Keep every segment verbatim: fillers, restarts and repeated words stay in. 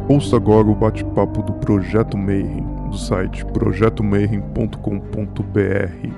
Ouça agora o bate-papo do Projeto Mayhem, do site projeto mayhem ponto com ponto b r.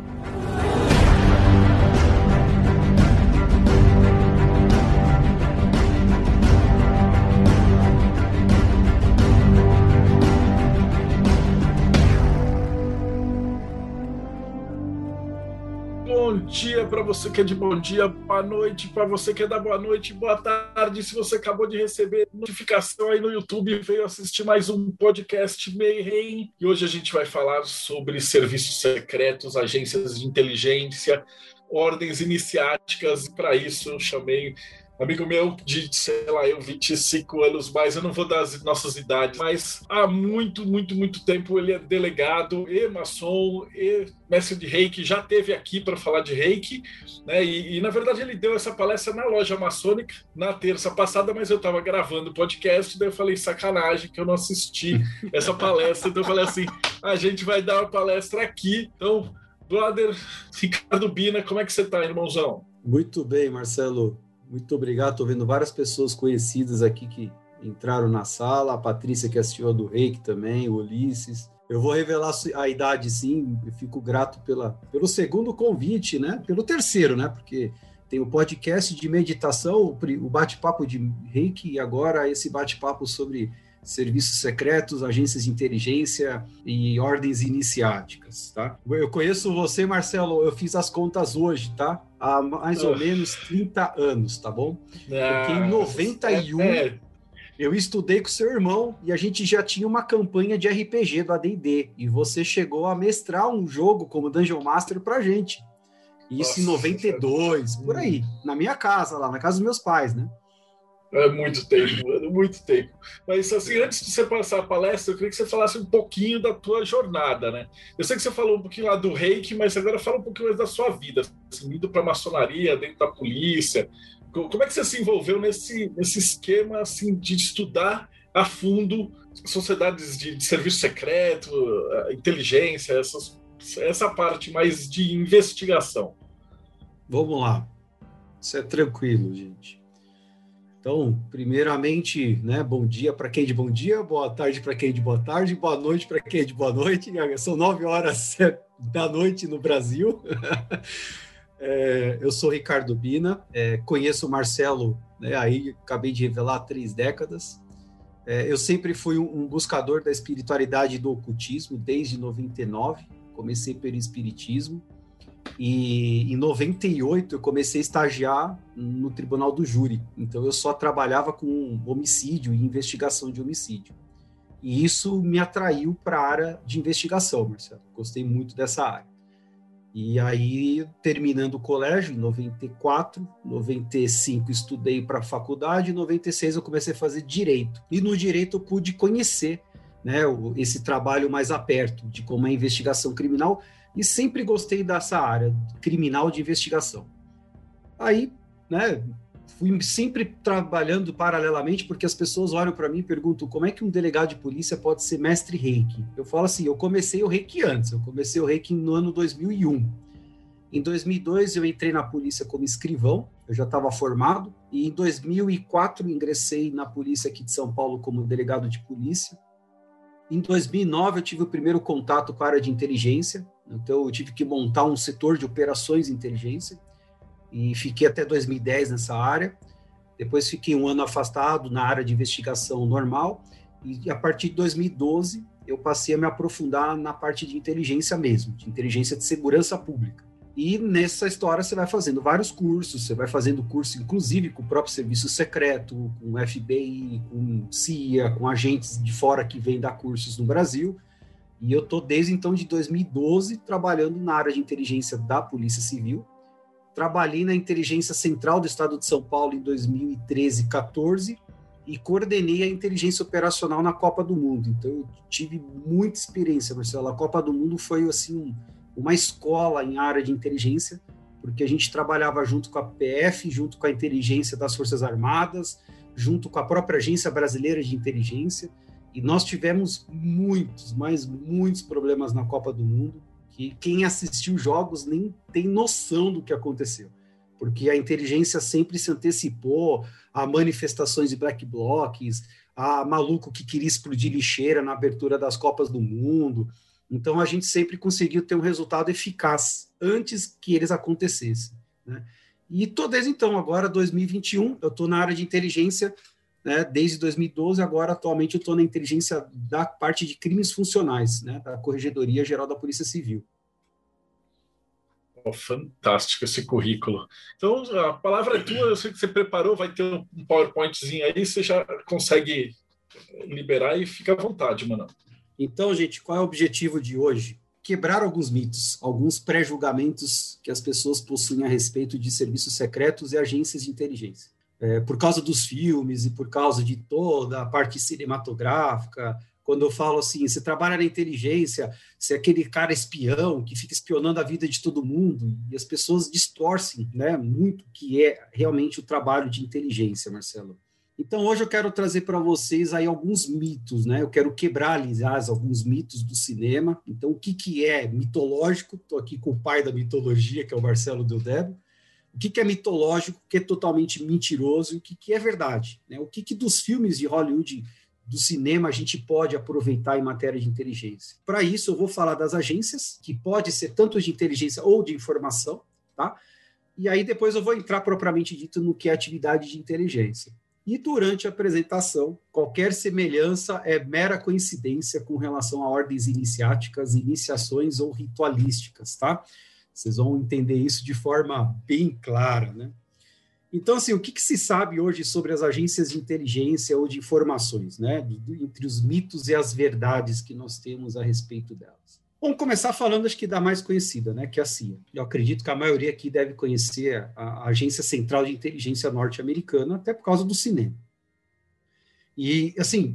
Bom dia para você que é de bom dia, boa noite para você que é da boa noite, boa tarde. Se você acabou de receber notificação aí no YouTube, veio assistir mais um podcast Mayhem. E hoje a gente vai falar sobre serviços secretos, agências de inteligência, ordens iniciáticas. Para isso eu chamei amigo meu de, sei lá, eu vinte e cinco anos mais, eu não vou dar as nossas idades, mas há muito, muito, muito tempo ele é delegado e maçom e mestre de reiki, já esteve aqui para falar de reiki, né? E, e na verdade ele deu essa palestra na loja maçônica na terça passada, mas eu estava gravando o podcast, daí eu falei, sacanagem que eu não assisti essa palestra, então eu falei assim, a gente vai dar uma palestra aqui. Então, brother Ricardo Bina, como é que você tá, irmãozão? Muito bem, Marcelo. Muito obrigado, estou vendo várias pessoas conhecidas aqui que entraram na sala, a Patrícia que assistiu a do Reiki também, o Ulisses. Eu vou revelar a idade sim, eu fico grato pela, pelo segundo convite, né? Pelo terceiro, né? Porque tem o podcast de meditação, o bate-papo de Reiki e agora esse bate-papo sobre serviços secretos, agências de inteligência e ordens iniciáticas, tá? Eu conheço você, Marcelo, eu fiz as contas hoje, tá? Há mais ou menos trinta anos, tá bom? Ah, porque em noventa e um é, é. eu estudei com seu irmão e a gente já tinha uma campanha de R P G do A D e D e você chegou a mestrar um jogo como Dungeon Master pra gente. Isso Nossa, em noventa e dois, por aí, na minha casa lá, na casa dos meus pais, né? É muito tempo, mano, muito tempo. Mas, assim, antes de você passar a palestra, eu queria que você falasse um pouquinho da tua jornada, né? Eu sei que você falou um pouquinho lá do reiki, mas agora fala um pouquinho mais da sua vida, assim, indo para a maçonaria, dentro da polícia. Como é que você se envolveu nesse, nesse esquema, assim, de estudar a fundo sociedades de, de serviço secreto, inteligência, essas, essa parte mais de investigação? Vamos lá. Isso é tranquilo, gente. Então, primeiramente, né, bom dia para quem é de bom dia, boa tarde para quem é de boa tarde, boa noite para quem é de boa noite. São nove horas da noite no Brasil. É, eu sou Ricardo Bina, é, conheço o Marcelo, né, aí acabei de revelar há três décadas. É, eu sempre fui um, um buscador da espiritualidade e do ocultismo, desde noventa e nove, comecei pelo espiritismo. E em noventa e oito eu comecei a estagiar no Tribunal do Júri, então eu só trabalhava com homicídio e investigação de homicídio. E isso me atraiu para a área de investigação, Marcelo. Gostei muito dessa área. E aí, terminando o colégio, em noventa e quatro, noventa e cinco estudei para a faculdade, em noventa e seis eu comecei a fazer Direito. E no Direito eu pude conhecer, né, esse trabalho mais aperto de como é a investigação criminal, e sempre gostei dessa área criminal de investigação. Aí, né, fui sempre trabalhando paralelamente, porque as pessoas olham para mim e perguntam como é que um delegado de polícia pode ser mestre reiki. Eu falo assim, eu comecei o reiki antes, eu comecei o reiki no ano dois mil e um. Em dois mil e dois eu entrei na polícia como escrivão, eu já estava formado, e em dois mil e quatro ingressei na polícia aqui de São Paulo como delegado de polícia. Em dois mil e nove eu tive o primeiro contato com a área de inteligência, então eu tive que montar um setor de operações de inteligência e fiquei até dois mil e dez nessa área. Depois fiquei um ano afastado na área de investigação normal e a partir de dois mil e doze eu passei a me aprofundar na parte de inteligência mesmo, de inteligência de segurança pública. E nessa história você vai fazendo vários cursos, você vai fazendo curso inclusive com o próprio serviço secreto, com o F B I, com C I A, com agentes de fora que vêm dar cursos no Brasil. E eu estou desde então de dois mil e doze trabalhando na área de inteligência da Polícia Civil. Trabalhei na Inteligência Central do Estado de São Paulo em dois mil e treze, quatorze e coordenei a inteligência operacional na Copa do Mundo. Então eu tive muita experiência, Marcelo. A Copa do Mundo foi assim um, uma escola em área de inteligência, porque a gente trabalhava junto com a P F, junto com a inteligência das Forças Armadas, junto com a própria Agência Brasileira de Inteligência. E nós tivemos muitos, mas muitos problemas na Copa do Mundo, que quem assistiu jogos nem tem noção do que aconteceu. Porque a inteligência sempre se antecipou a manifestações de black blocs, a maluco que queria explodir lixeira na abertura das Copas do Mundo. Então, a gente sempre conseguiu ter um resultado eficaz antes que eles acontecessem, né? E tô desde então, agora, dois mil e vinte e um, eu estou na área de inteligência, né, desde dois mil e doze, agora, atualmente, eu estou na inteligência da parte de crimes funcionais, né, da Corregedoria Geral da Polícia Civil. Oh, fantástico esse currículo. Então, a palavra é tua, eu sei que você preparou, vai ter um PowerPointzinho aí, você já consegue liberar e fica à vontade, mano. Então, gente, qual é o objetivo de hoje? Quebrar alguns mitos, alguns pré-julgamentos que as pessoas possuem a respeito de serviços secretos e agências de inteligência. É, por causa dos filmes e por causa de toda a parte cinematográfica, quando eu falo assim, você trabalha na inteligência, você é aquele cara espião que fica espionando a vida de todo mundo, e as pessoas distorcem, né, muito que é realmente o trabalho de inteligência, Marcelo. Então, hoje eu quero trazer para vocês aí alguns mitos, né? Eu quero quebrar, aliás, alguns mitos do cinema. Então, o que, que é mitológico? Estou aqui com o pai da mitologia, que é o Marcelo Del Debo. O que, que é mitológico, o que é totalmente mentiroso e o que, que é verdade, né? O que, que dos filmes de Hollywood, do cinema, a gente pode aproveitar em matéria de inteligência. Para isso, eu vou falar das agências, que pode ser tanto de inteligência ou de informação, tá? E aí depois eu vou entrar propriamente dito no que é atividade de inteligência. E durante a apresentação, qualquer semelhança é mera coincidência com relação a ordens iniciáticas, iniciações ou ritualísticas, tá? Vocês vão entender isso de forma bem clara, né? Então, assim, o que, que se sabe hoje sobre as agências de inteligência ou de informações, né? Entre os mitos e as verdades que nós temos a respeito delas. Vamos começar falando, acho que da mais conhecida, né? Que é a C I A. Eu acredito que a maioria aqui deve conhecer a Agência Central de Inteligência Norte-Americana, até por causa do cinema. E, assim,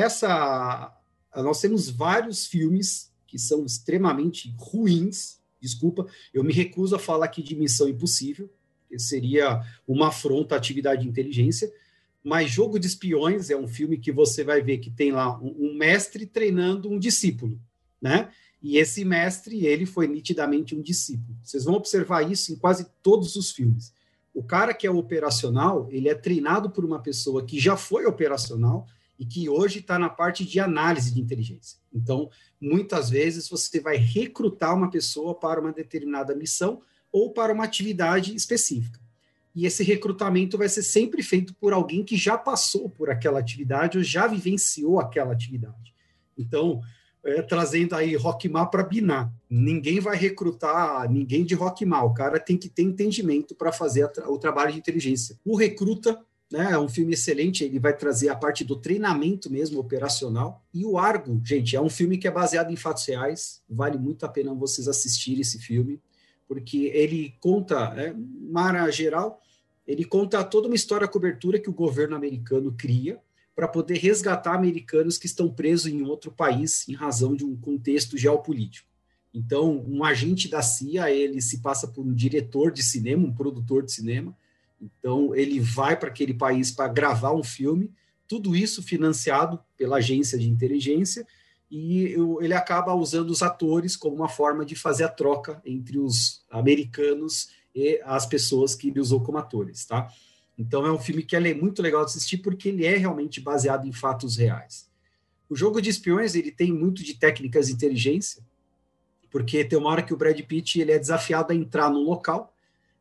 essa... Nós temos vários filmes que são extremamente ruins. Desculpa, eu me recuso a falar aqui de Missão Impossível, que seria uma afronta à atividade de inteligência, mas Jogo de Espiões é um filme que você vai ver que tem lá um, um mestre treinando um discípulo, né? E esse mestre, ele foi nitidamente um discípulo. Vocês vão observar isso em quase todos os filmes. O cara que é operacional, ele é treinado por uma pessoa que já foi operacional e que hoje está na parte de análise de inteligência. Então, muitas vezes, você vai recrutar uma pessoa para uma determinada missão ou para uma atividade específica. E esse recrutamento vai ser sempre feito por alguém que já passou por aquela atividade ou já vivenciou aquela atividade. Então, é, trazendo aí Rockmar para Binar. Ninguém vai recrutar ninguém de Rockmar. O cara tem que ter entendimento para fazer tra- o trabalho de inteligência. O Recruta, né, é um filme excelente, ele vai trazer a parte do treinamento mesmo, operacional. E o Argo, gente, é um filme que é baseado em fatos reais. Vale muito a pena vocês assistirem esse filme, porque ele conta, é, Mara geral, ele conta toda uma história, cobertura que o governo americano cria para poder resgatar americanos que estão presos em outro país em razão de um contexto geopolítico. Então, um agente da C I A, ele se passa por um diretor de cinema, um produtor de cinema. Então, ele vai para aquele país para gravar um filme, tudo isso financiado pela agência de inteligência, e ele acaba usando os atores como uma forma de fazer a troca entre os americanos e as pessoas que ele usou como atores, tá? Então, é um filme que é muito legal de assistir porque ele é realmente baseado em fatos reais. O Jogo de Espiões, ele tem muito de técnicas de inteligência, porque tem uma hora que o Brad Pitt ele é desafiado a entrar no local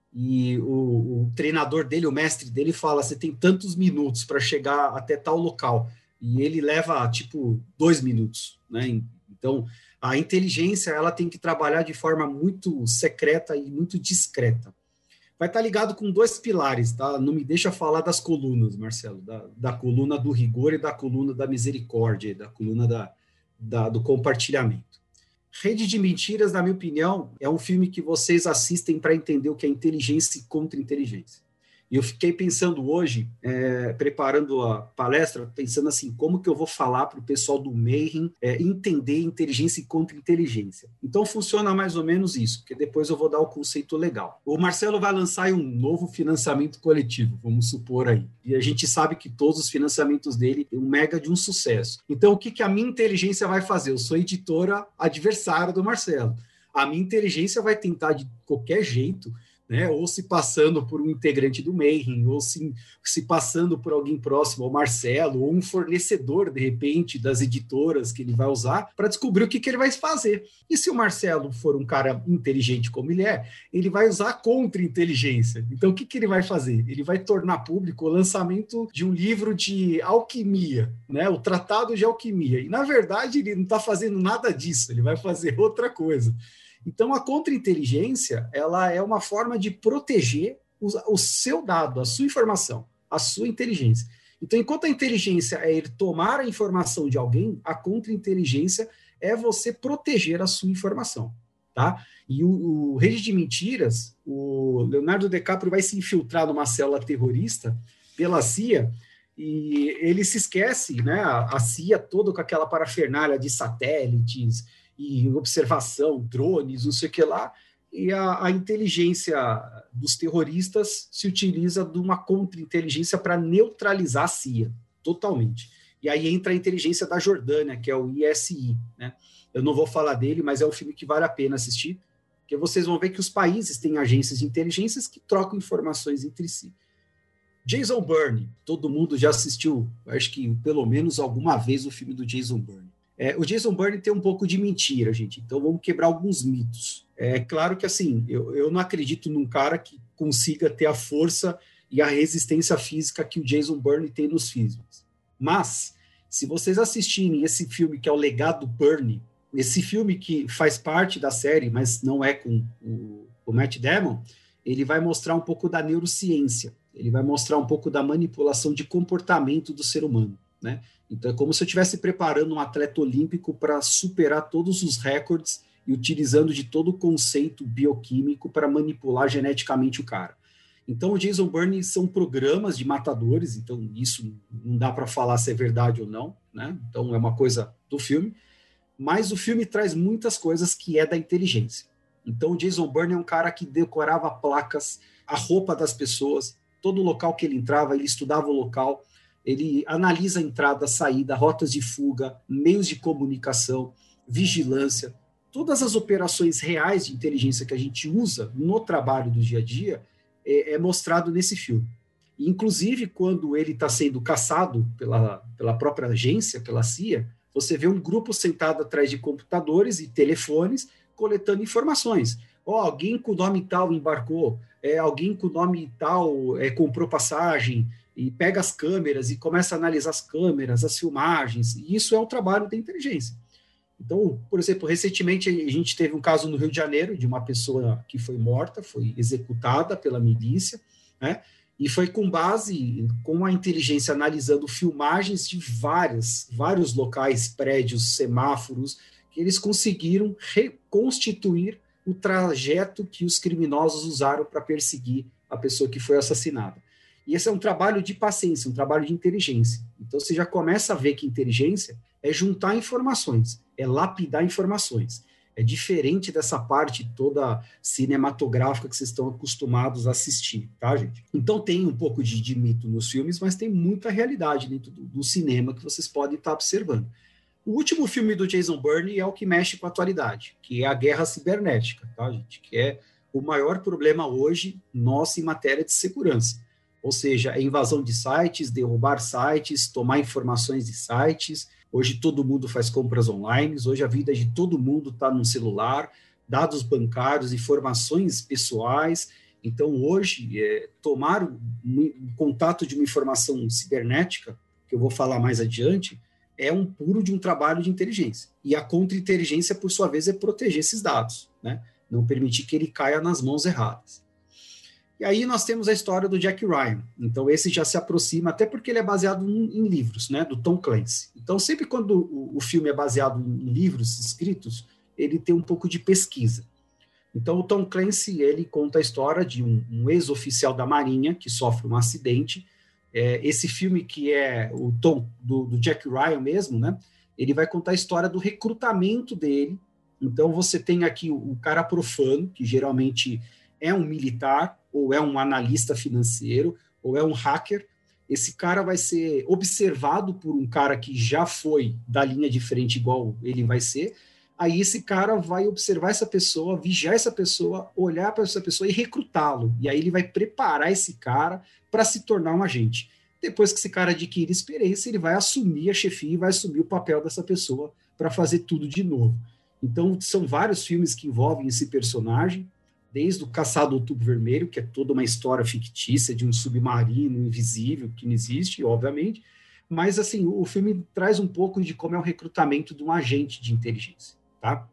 e o, o treinador dele, o mestre dele, fala, você tem tantos minutos para chegar até tal local. E ele leva, tipo, dois minutos, né? Então, a inteligência, ela tem que trabalhar de forma muito secreta e muito discreta. Vai estar ligado com dois pilares, tá? Não me deixa falar das colunas, Marcelo, da, da coluna do rigor e da coluna da misericórdia, da coluna da, da, do compartilhamento. Rede de Mentiras, na minha opinião, é um filme que vocês assistem para entender o que é inteligência e contra-inteligência. E eu fiquei pensando hoje, é, preparando a palestra, pensando assim, como que eu vou falar para o pessoal do Mayhem é, entender inteligência e contra-inteligência. Então funciona mais ou menos isso, porque depois eu vou dar o conceito legal. O Marcelo vai lançar aí um novo financiamento coletivo, vamos supor aí. E a gente sabe que todos os financiamentos dele têm um mega de um sucesso. Então o que, que a minha inteligência vai fazer? Eu sou editora adversária do Marcelo. A minha inteligência vai tentar de qualquer jeito né? Ou se passando por um integrante do Mayhem, ou se, se passando por alguém próximo ao Marcelo, ou um fornecedor, de repente, das editoras que ele vai usar, para descobrir o que, que ele vai fazer. E se o Marcelo for um cara inteligente como ele é, ele vai usar a contra-inteligência. Então, o que, que ele vai fazer? Ele vai tornar público o lançamento de um livro de alquimia, né? O Tratado de Alquimia. E, na verdade, ele não está fazendo nada disso, ele vai fazer outra coisa. Então, a contra-inteligência, ela é uma forma de proteger o, o seu dado, a sua informação, a sua inteligência. Então, enquanto a inteligência é ir tomar a informação de alguém, a contra-inteligência é você proteger a sua informação, tá? E o, o Rede de Mentiras, o Leonardo DiCaprio vai se infiltrar numa célula terrorista pela C I A e ele se esquece, né? A, a C I A toda com aquela parafernália de satélites e observação, drones, não sei o que lá, e a, a inteligência dos terroristas se utiliza de uma contra-inteligência para neutralizar a C I A, totalmente. E aí entra a inteligência da Jordânia, que é o I S I, né? Eu não vou falar dele, mas é um filme que vale a pena assistir, porque vocês vão ver que os países têm agências de inteligências que trocam informações entre si. Jason Bourne, todo mundo já assistiu, acho que pelo menos alguma vez o filme do Jason Bourne. É, o Jason Bourne tem um pouco de mentira, gente, então vamos quebrar alguns mitos. É claro que, assim, eu, eu não acredito num cara que consiga ter a força e a resistência física que o Jason Bourne tem nos filmes. Mas, se vocês assistirem esse filme que é o Legado Bourne, esse filme que faz parte da série, mas não é com o, o Matt Damon, ele vai mostrar um pouco da neurociência, ele vai mostrar um pouco da manipulação de comportamento do ser humano, né? Então é como se eu estivesse preparando um atleta olímpico para superar todos os recordes e utilizando de todo o conceito bioquímico para manipular geneticamente o cara. Então o Jason Bourne são programas de matadores, então isso não dá para falar se é verdade ou não, né? Então é uma coisa do filme, mas o filme traz muitas coisas que é da inteligência. Então o Jason Bourne é um cara que decorava placas, a roupa das pessoas, todo local que ele entrava, ele estudava o local, ele analisa a entrada, a saída, rotas de fuga, meios de comunicação, vigilância, todas as operações reais de inteligência que a gente usa no trabalho do dia a dia é, é mostrado nesse filme. E, inclusive, quando ele está sendo caçado pela, pela própria agência, pela C I A, você vê um grupo sentado atrás de computadores e telefones coletando informações. Oh, alguém com o nome tal embarcou, é, alguém com o nome tal é, comprou passagem, e pega as câmeras e começa a analisar as câmeras, as filmagens, e isso é o trabalho da inteligência. Então, por exemplo, recentemente a gente teve um caso no Rio de Janeiro de uma pessoa que foi morta, foi executada pela milícia, né? E foi com base, com a inteligência analisando filmagens de várias, vários locais, prédios, semáforos, que eles conseguiram reconstituir o trajeto que os criminosos usaram para perseguir a pessoa que foi assassinada. E esse é um trabalho de paciência, um trabalho de inteligência. Então, você já começa a ver que inteligência é juntar informações, é lapidar informações. É diferente dessa parte toda cinematográfica que vocês estão acostumados a assistir, tá, gente? Então, tem um pouco de, de mito nos filmes, mas tem muita realidade dentro do, do cinema que vocês podem estar observando. O último filme do Jason Bourne é o que mexe com a atualidade, que é a guerra cibernética, tá, gente? Que é o maior problema hoje nosso em matéria de segurança. Ou seja, a invasão de sites, derrubar sites, tomar informações de sites. Hoje todo mundo faz compras online, hoje a vida de todo mundo está no celular, dados bancários, informações pessoais. Então, hoje, é, tomar um, um contato de uma informação cibernética, que eu vou falar mais adiante, é um puro de um trabalho de inteligência. E a contra-inteligência, por sua vez, é proteger esses dados, né? Não permitir que ele caia nas mãos erradas. E aí nós temos a história do Jack Ryan. Então, esse já se aproxima, até porque ele é baseado em, em livros, né, do Tom Clancy. Então, sempre quando o, o filme é baseado em, em livros escritos, ele tem um pouco de pesquisa. Então, o Tom Clancy, ele conta a história de um, um ex-oficial da Marinha que sofre um acidente. É, esse filme que é o Tom, do, do Jack Ryan mesmo, né, ele vai contar a história do recrutamento dele. Então, você tem aqui o, o cara profano, que geralmente é um militar, ou é um analista financeiro, ou é um hacker. Esse cara vai ser observado por um cara que já foi da linha de frente igual ele vai ser, aí esse cara vai observar essa pessoa, vigiar essa pessoa, olhar para essa pessoa e recrutá-lo. E aí ele vai preparar esse cara para se tornar um agente. Depois que esse cara adquire experiência, ele vai assumir a chefia e vai assumir o papel dessa pessoa para fazer tudo de novo. Então, são vários filmes que envolvem esse personagem, desde o Caçado do Outubro Vermelho, que é toda uma história fictícia de um submarino invisível, que não existe, obviamente, mas, assim, o filme traz um pouco de como é o recrutamento de um agente de inteligência, tá?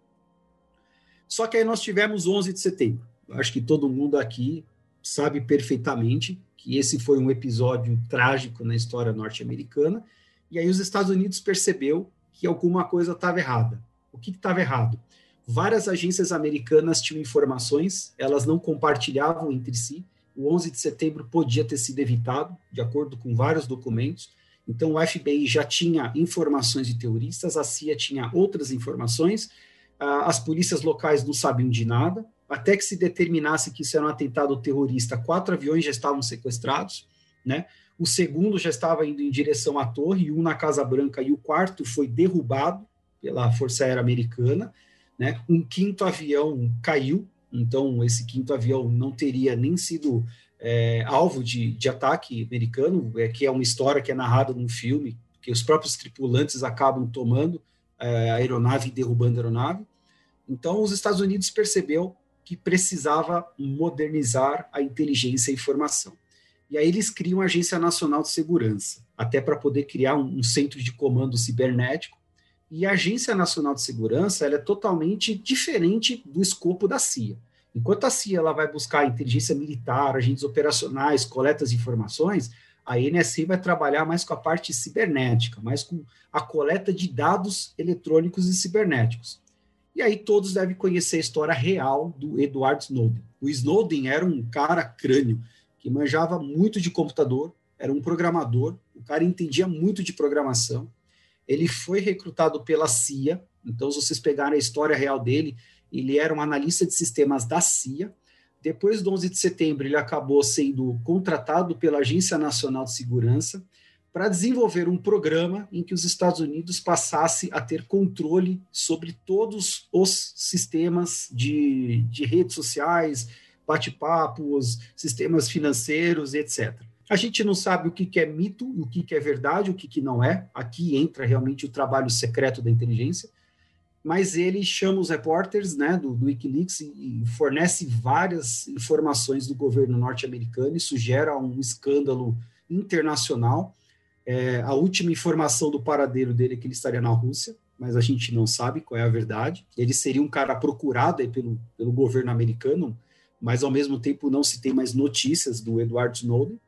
Só que aí nós tivemos onze de setembro. Acho que todo mundo aqui sabe perfeitamente que esse foi um episódio trágico na história norte-americana, e aí os Estados Unidos percebeu que alguma coisa estava errada. O que estava errado? Várias agências americanas tinham informações, elas não compartilhavam entre si. O onze de setembro podia ter sido evitado, de acordo com vários documentos. Então, o F B I já tinha informações de terroristas, a C I A tinha outras informações, as polícias locais não sabiam de nada, até que se determinasse que isso era um atentado terrorista, quatro aviões já estavam sequestrados, né? O segundo já estava indo em direção à torre, um na Casa Branca, e o quarto foi derrubado pela Força Aérea Americana, né? Um quinto avião caiu, então esse quinto avião não teria nem sido é, alvo de, de ataque americano, é, que é uma história que é narrada num filme, que os próprios tripulantes acabam tomando é, a aeronave e derrubando a aeronave. Então, os Estados Unidos percebeu que precisava modernizar a inteligência e informação. E aí eles criam a Agência Nacional de Segurança, até para poder criar um, um centro de comando cibernético. E a Agência Nacional de Segurança ela é totalmente diferente do escopo da C I A. Enquanto a C I A ela vai buscar inteligência militar, agentes operacionais, coletas de informações, a N S A vai trabalhar mais com a parte cibernética, mais com a coleta de dados eletrônicos e cibernéticos. E aí todos devem conhecer a história real do Edward Snowden. O Snowden era um cara crânio, que manjava muito de computador, era um programador, o cara entendia muito de programação. Ele foi recrutado pela C I A, então se vocês pegarem a história real dele, ele era um analista de sistemas da C I A. Depois do onze de setembro, ele acabou sendo contratado pela Agência Nacional de Segurança para desenvolver um programa em que os Estados Unidos passassem a ter controle sobre todos os sistemas de, de redes sociais, bate-papos, sistemas financeiros, etcétera. A gente não sabe o que, que é mito, o que, que é verdade, o que, que não é. Aqui entra realmente o trabalho secreto da inteligência, mas ele chama os repórteres, né, do, do Wikileaks e, e fornece várias informações do governo norte-americano. Isso gera um escândalo internacional. É, a última informação do paradeiro dele é que ele estaria na Rússia, mas a gente não sabe qual é a verdade. Ele seria um cara procurado aí pelo, pelo governo americano, mas ao mesmo tempo não se tem mais notícias do Edward Snowden.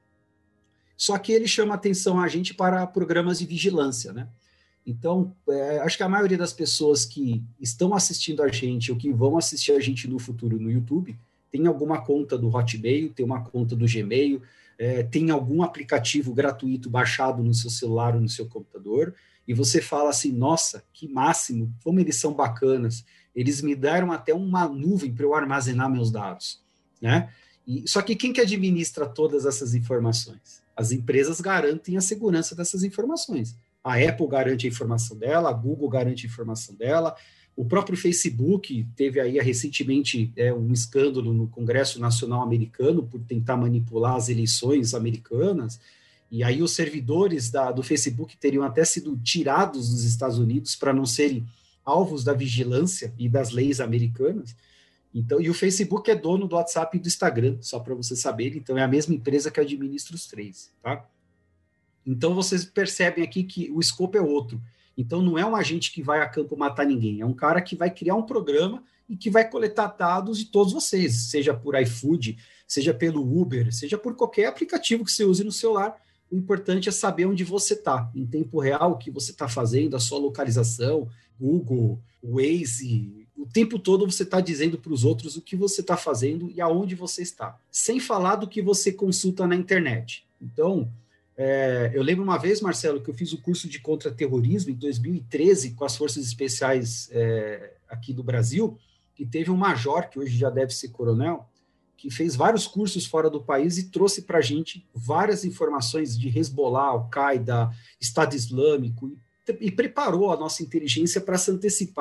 Só que ele chama atenção a gente para programas de vigilância, né? Então, é, acho que a maioria das pessoas que estão assistindo a gente ou que vão assistir a gente no futuro no YouTube tem alguma conta do Hotmail, tem uma conta do Gmail, é, tem algum aplicativo gratuito baixado no seu celular ou no seu computador, e você fala assim, nossa, que máximo, como eles são bacanas, eles me deram até uma nuvem para eu armazenar meus dados, né? E, só que quem que administra todas essas informações? As empresas garantem a segurança dessas informações. A Apple garante a informação dela, a Google garante a informação dela, o próprio Facebook teve aí recentemente é, um escândalo no Congresso Nacional Americano por tentar manipular as eleições americanas, e aí os servidores da, do Facebook teriam até sido tirados dos Estados Unidos para não serem alvos da vigilância e das leis americanas. Então, e o Facebook é dono do WhatsApp e do Instagram, só para vocês saberem, então é a mesma empresa que administra os três, tá? Então, vocês percebem aqui que o escopo é outro. Então, não é um agente que vai a campo matar ninguém, é um cara que vai criar um programa e que vai coletar dados de todos vocês, seja por iFood, seja pelo Uber, seja por qualquer aplicativo que você use no celular. O importante é saber onde você está, em tempo real, o que você está fazendo, a sua localização, Google, Waze. O tempo todo você está dizendo para os outros o que você está fazendo e aonde você está, sem falar do que você consulta na internet. Então, é, eu lembro uma vez, Marcelo, que eu fiz o curso de contra-terrorismo em dois mil e treze com as Forças Especiais é, aqui do Brasil, e teve um major, que hoje já deve ser coronel, que fez vários cursos fora do país e trouxe para a gente várias informações de Hezbollah, Al-Qaeda, Estado Islâmico, e, e preparou a nossa inteligência para se antecipar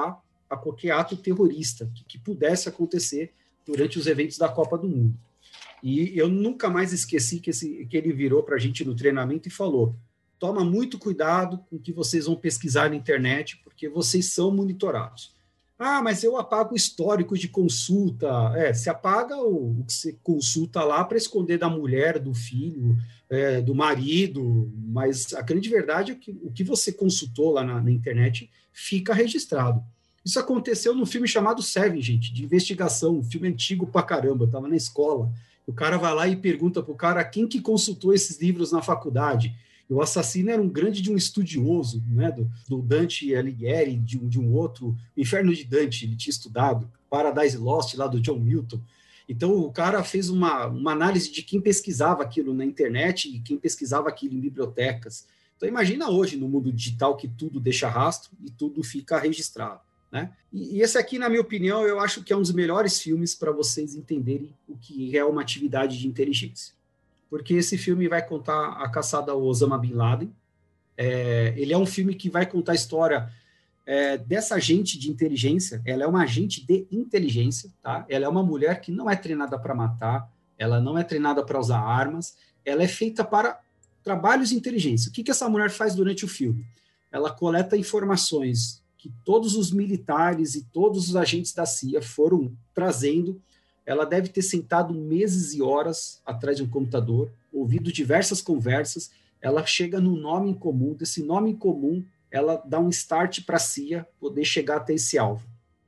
a qualquer ato terrorista que, que pudesse acontecer durante os eventos da Copa do Mundo. E eu nunca mais esqueci que, esse, que ele virou para a gente no treinamento e falou: toma muito cuidado com o que vocês vão pesquisar na internet, porque vocês são monitorados. Ah, mas eu apago o histórico de consulta. É, você apaga o, o que você consulta lá para esconder da mulher, do filho, é, do marido, mas a grande verdade é que o que você consultou lá na, na internet fica registrado. Isso aconteceu num filme chamado Seven, gente, de investigação, um filme antigo pra caramba, eu estava na escola. O cara vai lá e pergunta pro cara quem que consultou esses livros na faculdade. E o assassino era um grande de um estudioso, né, do, do Dante Alighieri, de um, de um outro, o Inferno de Dante, ele tinha estudado, Paradise Lost, lá do John Milton. Então, o cara fez uma, uma análise de quem pesquisava aquilo na internet e quem pesquisava aquilo em bibliotecas. Então, imagina hoje, no mundo digital, que tudo deixa rastro e tudo fica registrado, né? E, e esse aqui, na minha opinião, eu acho que é um dos melhores filmes para vocês entenderem o que é uma atividade de inteligência. Porque esse filme vai contar a caçada ao Osama Bin Laden. É, ele é um filme que vai contar a história é, dessa agente de inteligência. Ela é uma agente de inteligência, tá? Ela é uma mulher que não é treinada para matar, ela não é treinada para usar armas, ela é feita para trabalhos de inteligência. O que, que essa mulher faz durante o filme? Ela coleta informações que todos os militares e todos os agentes da C I A foram trazendo. Ela deve ter sentado meses e horas atrás de um computador, ouvido diversas conversas, ela chega num nome em comum, desse nome em comum, ela dá um start para a C I A poder chegar até esse alvo.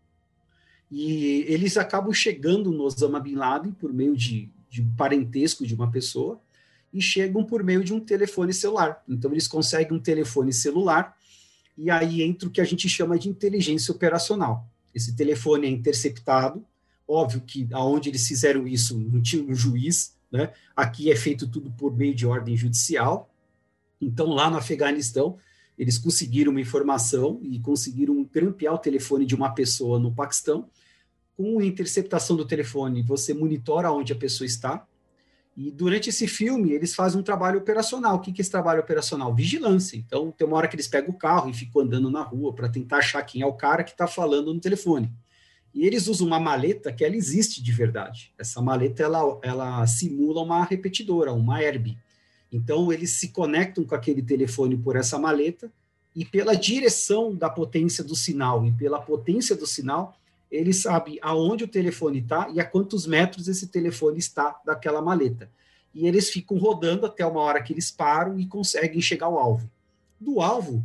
E eles acabam chegando no Osama Bin Laden por meio de, de um parentesco de uma pessoa, e chegam por meio de um telefone celular. Então, eles conseguem um telefone celular, e aí entra o que a gente chama de inteligência operacional. Esse telefone é interceptado. Óbvio que aonde eles fizeram isso não tinha um juiz, né? Aqui é feito tudo por meio de ordem judicial. Então, lá no Afeganistão, eles conseguiram uma informação e conseguiram grampear o telefone de uma pessoa no Paquistão. Com a interceptação do telefone, você monitora onde a pessoa está. E durante esse filme, eles fazem um trabalho operacional. O que é esse trabalho operacional? Vigilância. Então, tem uma hora que eles pegam o carro e ficam andando na rua para tentar achar quem é o cara que está falando no telefone. E eles usam uma maleta que ela existe de verdade. Essa maleta, ela, ela simula uma repetidora, uma Airb. Então, eles se conectam com aquele telefone por essa maleta e pela direção da potência do sinal e pela potência do sinal, eles sabem aonde o telefone está e a quantos metros esse telefone está daquela maleta. E eles ficam rodando até uma hora que eles param e conseguem chegar ao alvo. Do alvo,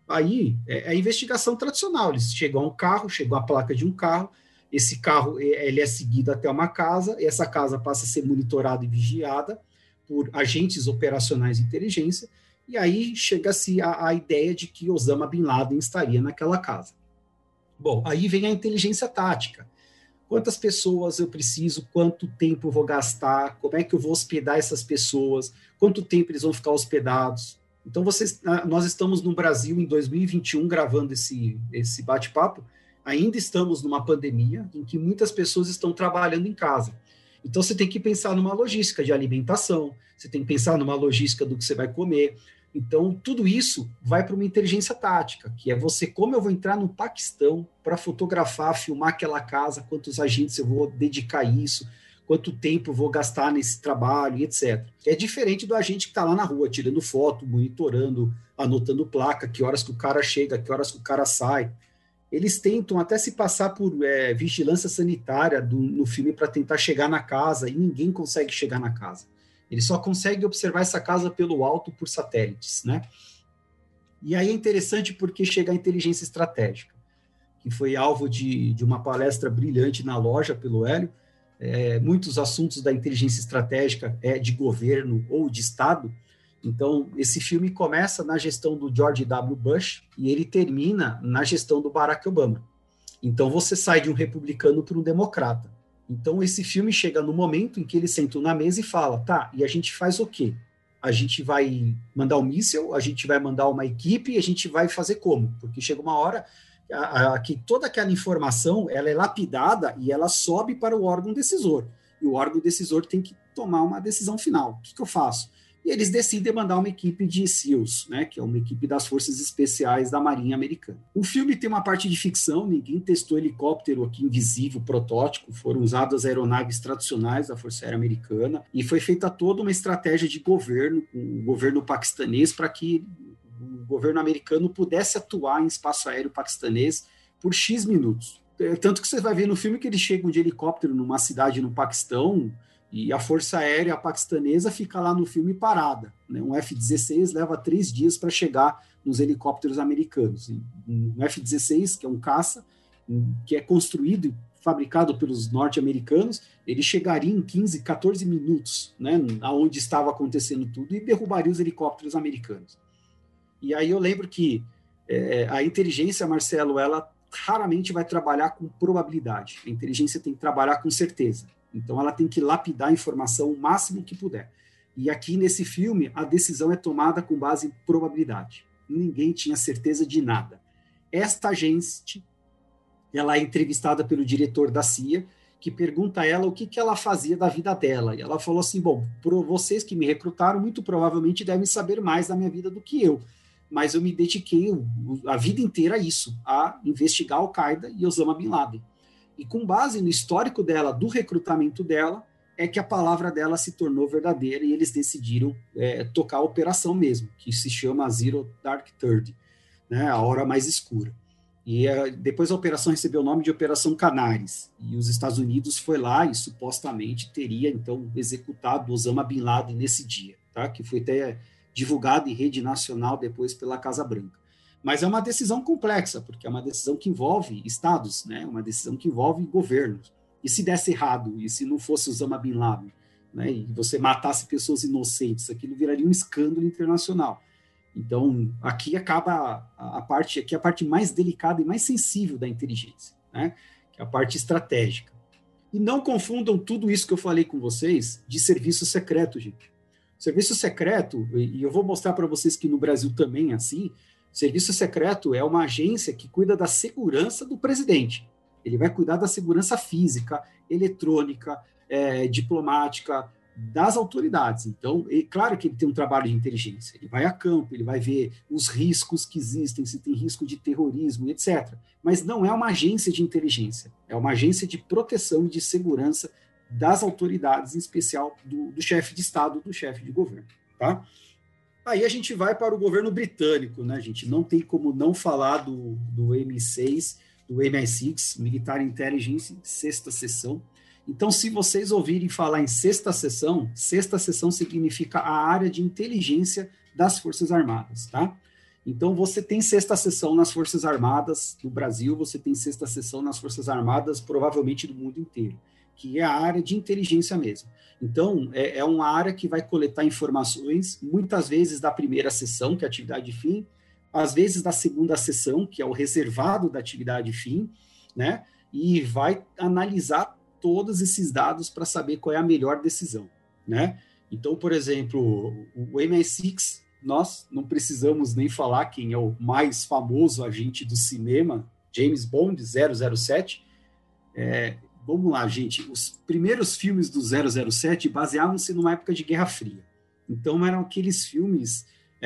aí é a investigação tradicional. Eles chegam a um carro, chegam a placa de um carro, esse carro ele é seguido até uma casa, e essa casa passa a ser monitorada e vigiada por agentes operacionais de inteligência, e aí chega-se a, a ideia de que Osama Bin Laden estaria naquela casa. Bom, aí vem a inteligência tática. Quantas pessoas eu preciso, quanto tempo eu vou gastar, como é que eu vou hospedar essas pessoas, quanto tempo eles vão ficar hospedados. Então, vocês, nós estamos no Brasil em dois mil e vinte e um gravando esse, esse bate-papo, ainda estamos numa pandemia em que muitas pessoas estão trabalhando em casa. Então, você tem que pensar numa logística de alimentação, você tem que pensar numa logística do que você vai comer. Então, tudo isso vai para uma inteligência tática, que é você, como eu vou entrar no Paquistão para fotografar, filmar aquela casa, quantos agentes eu vou dedicar a isso, quanto tempo eu vou gastar nesse trabalho, etcétera. É diferente do agente que está lá na rua, tirando foto, monitorando, anotando placa, que horas que o cara chega, que horas que o cara sai. Eles tentam até se passar por é, vigilância sanitária do, no filme para tentar chegar na casa, e ninguém consegue chegar na casa. Ele só consegue observar essa casa pelo alto por satélites, né? E aí é interessante porque chega a inteligência estratégica, que foi alvo de, de uma palestra brilhante na loja pelo Hélio. É, muitos assuntos da inteligência estratégica é de governo ou de Estado. Então, esse filme começa na gestão do George W. Bush e ele termina na gestão do Barack Obama. Então, você sai de um republicano para um democrata. Então, esse filme chega no momento em que eles sentam na mesa e falam, tá, e a gente faz o quê? A gente vai mandar um míssil, a gente vai mandar uma equipe e a gente vai fazer como? Porque chega uma hora a, a, que toda aquela informação ela é lapidada e ela sobe para o órgão decisor. E o órgão decisor tem que tomar uma decisão final. O que, que eu faço? e eles decidem mandar uma equipe de SEALs, né, que é uma equipe das Forças Especiais da Marinha Americana. O filme tem uma parte de ficção, ninguém testou helicóptero aqui invisível, protótipo, foram usadas aeronaves tradicionais da Força Aérea Americana, e foi feita toda uma estratégia de governo, com o governo paquistanês, para que o governo americano pudesse atuar em espaço aéreo paquistanês por X minutos. Tanto que você vai ver no filme que eles chegam de helicóptero numa cidade no Paquistão, e a Força Aérea Paquistanesa fica lá no filme parada, né? Um F dezesseis leva três dias para chegar nos helicópteros americanos. Um F dezesseis, que é um caça, que é construído e fabricado pelos norte-americanos, ele chegaria em quinze, quatorze minutos, né, aonde estava acontecendo tudo, e derrubaria os helicópteros americanos. E aí eu lembro que é, a inteligência, Marcelo, ela raramente vai trabalhar com probabilidade. A inteligência tem que trabalhar com certeza. Então, ela tem que lapidar a informação o máximo que puder. E aqui, nesse filme, a decisão é tomada com base em probabilidade. Ninguém tinha certeza de nada. Esta agente, ela é entrevistada pelo diretor da C I A, que pergunta a ela o que, que ela fazia da vida dela. E ela falou assim, bom, vocês que me recrutaram, muito provavelmente devem saber mais da minha vida do que eu. Mas eu me dediquei a vida inteira a isso, a investigar Al-Qaeda e Osama Bin Laden. E com base no histórico dela, do recrutamento dela, é que a palavra dela se tornou verdadeira e eles decidiram é, tocar a operação mesmo, que se chama Zero Dark Thirty, né, a hora mais escura. E é, depois a operação recebeu o nome de Operação Canaris, e os Estados Unidos foi lá e supostamente teria, então, executado Osama Bin Laden nesse dia, tá? Que foi até divulgado em rede nacional depois pela Casa Branca. Mas é uma decisão complexa, porque é uma decisão que envolve estados, né? Uma decisão que envolve governos. E se desse errado, e se não fosse Osama Bin Laden, né? E você matasse pessoas inocentes, aquilo viraria um escândalo internacional. Então, aqui acaba a, a parte, aqui é a parte mais delicada e mais sensível da inteligência, né? Que é a parte estratégica. E não confundam tudo isso que eu falei com vocês de serviço secreto, gente. Serviço secreto, e eu vou mostrar para vocês que no Brasil também é assim. Serviço secreto é uma agência que cuida da segurança do presidente. Ele vai cuidar da segurança física, eletrônica, é, diplomática, das autoridades. Então, é claro que ele tem um trabalho de inteligência. Ele vai a campo, ele vai ver os riscos que existem, se tem risco de terrorismo, etcétera. Mas não é uma agência de inteligência. É uma agência de proteção e de segurança das autoridades, em especial do, do chefe de Estado, do chefe de governo, tá? Aí a gente vai para o governo britânico, né, gente? Não tem como não falar do, do M I seis, do M I seis, Military Intelligence, sexta sessão. Então, se vocês ouvirem falar em sexta sessão, sexta sessão significa a área de inteligência das Forças Armadas, tá? Então, você tem sexta sessão nas Forças Armadas do Brasil, você tem sexta sessão nas Forças Armadas, provavelmente do mundo inteiro, que é a área de inteligência mesmo. Então, é, é uma área que vai coletar informações, muitas vezes da primeira sessão, que é a atividade fim, às vezes da segunda sessão, que é o reservado da atividade fim, né? E vai analisar todos esses dados para saber qual é a melhor decisão, né? Então, por exemplo, o M I seis, nós não precisamos nem falar quem é o mais famoso agente do cinema, James Bond, zero zero sete, é... Vamos lá, gente. Os primeiros filmes do zero zero sete baseavam-se numa época de Guerra Fria. Então, eram aqueles filmes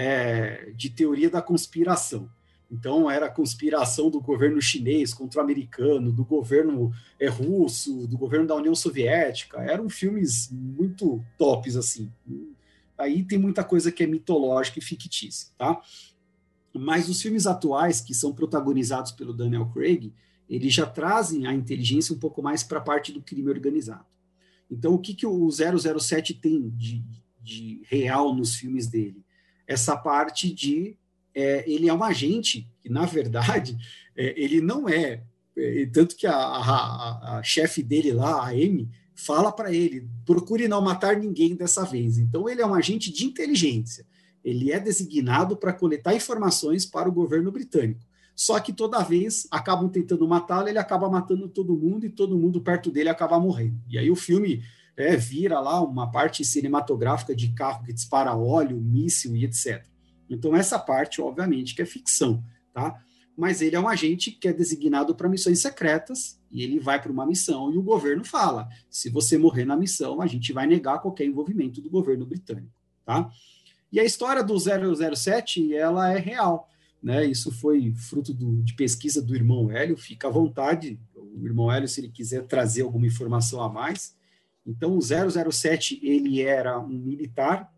é, de teoria da conspiração. Então, era a conspiração do governo chinês contra o americano, do governo é, russo, do governo da União Soviética. Eram filmes muito tops, assim. Aí tem muita coisa que é mitológica e fictícia, tá? Mas os filmes atuais, que são protagonizados pelo Daniel Craig, eles já trazem a inteligência um pouco mais para a parte do crime organizado. Então, o que, que o zero zero sete tem de, de real nos filmes dele? Essa parte de... É, ele é um agente que, na verdade, é, ele não é... é tanto que a, a, a chefe dele lá, a Amy, fala para ele, procure não matar ninguém dessa vez. Então, ele é um agente de inteligência. Ele é designado para coletar informações para o governo britânico. Só que toda vez acabam tentando matá-lo, ele acaba matando todo mundo e todo mundo perto dele acaba morrendo. E aí o filme é, vira lá uma parte cinematográfica de carro que dispara óleo, míssil e etcétera. Então essa parte, obviamente, que é ficção, tá? Mas ele é um agente que é designado para missões secretas e ele vai para uma missão e o governo fala, se você morrer na missão, a gente vai negar qualquer envolvimento do governo britânico, tá? E a história do zero zero sete, ela é real, né? Isso foi fruto do, de pesquisa do irmão Hélio, fica à vontade, o irmão Hélio, se ele quiser trazer alguma informação a mais. Então, o zero zero sete, ele era um militar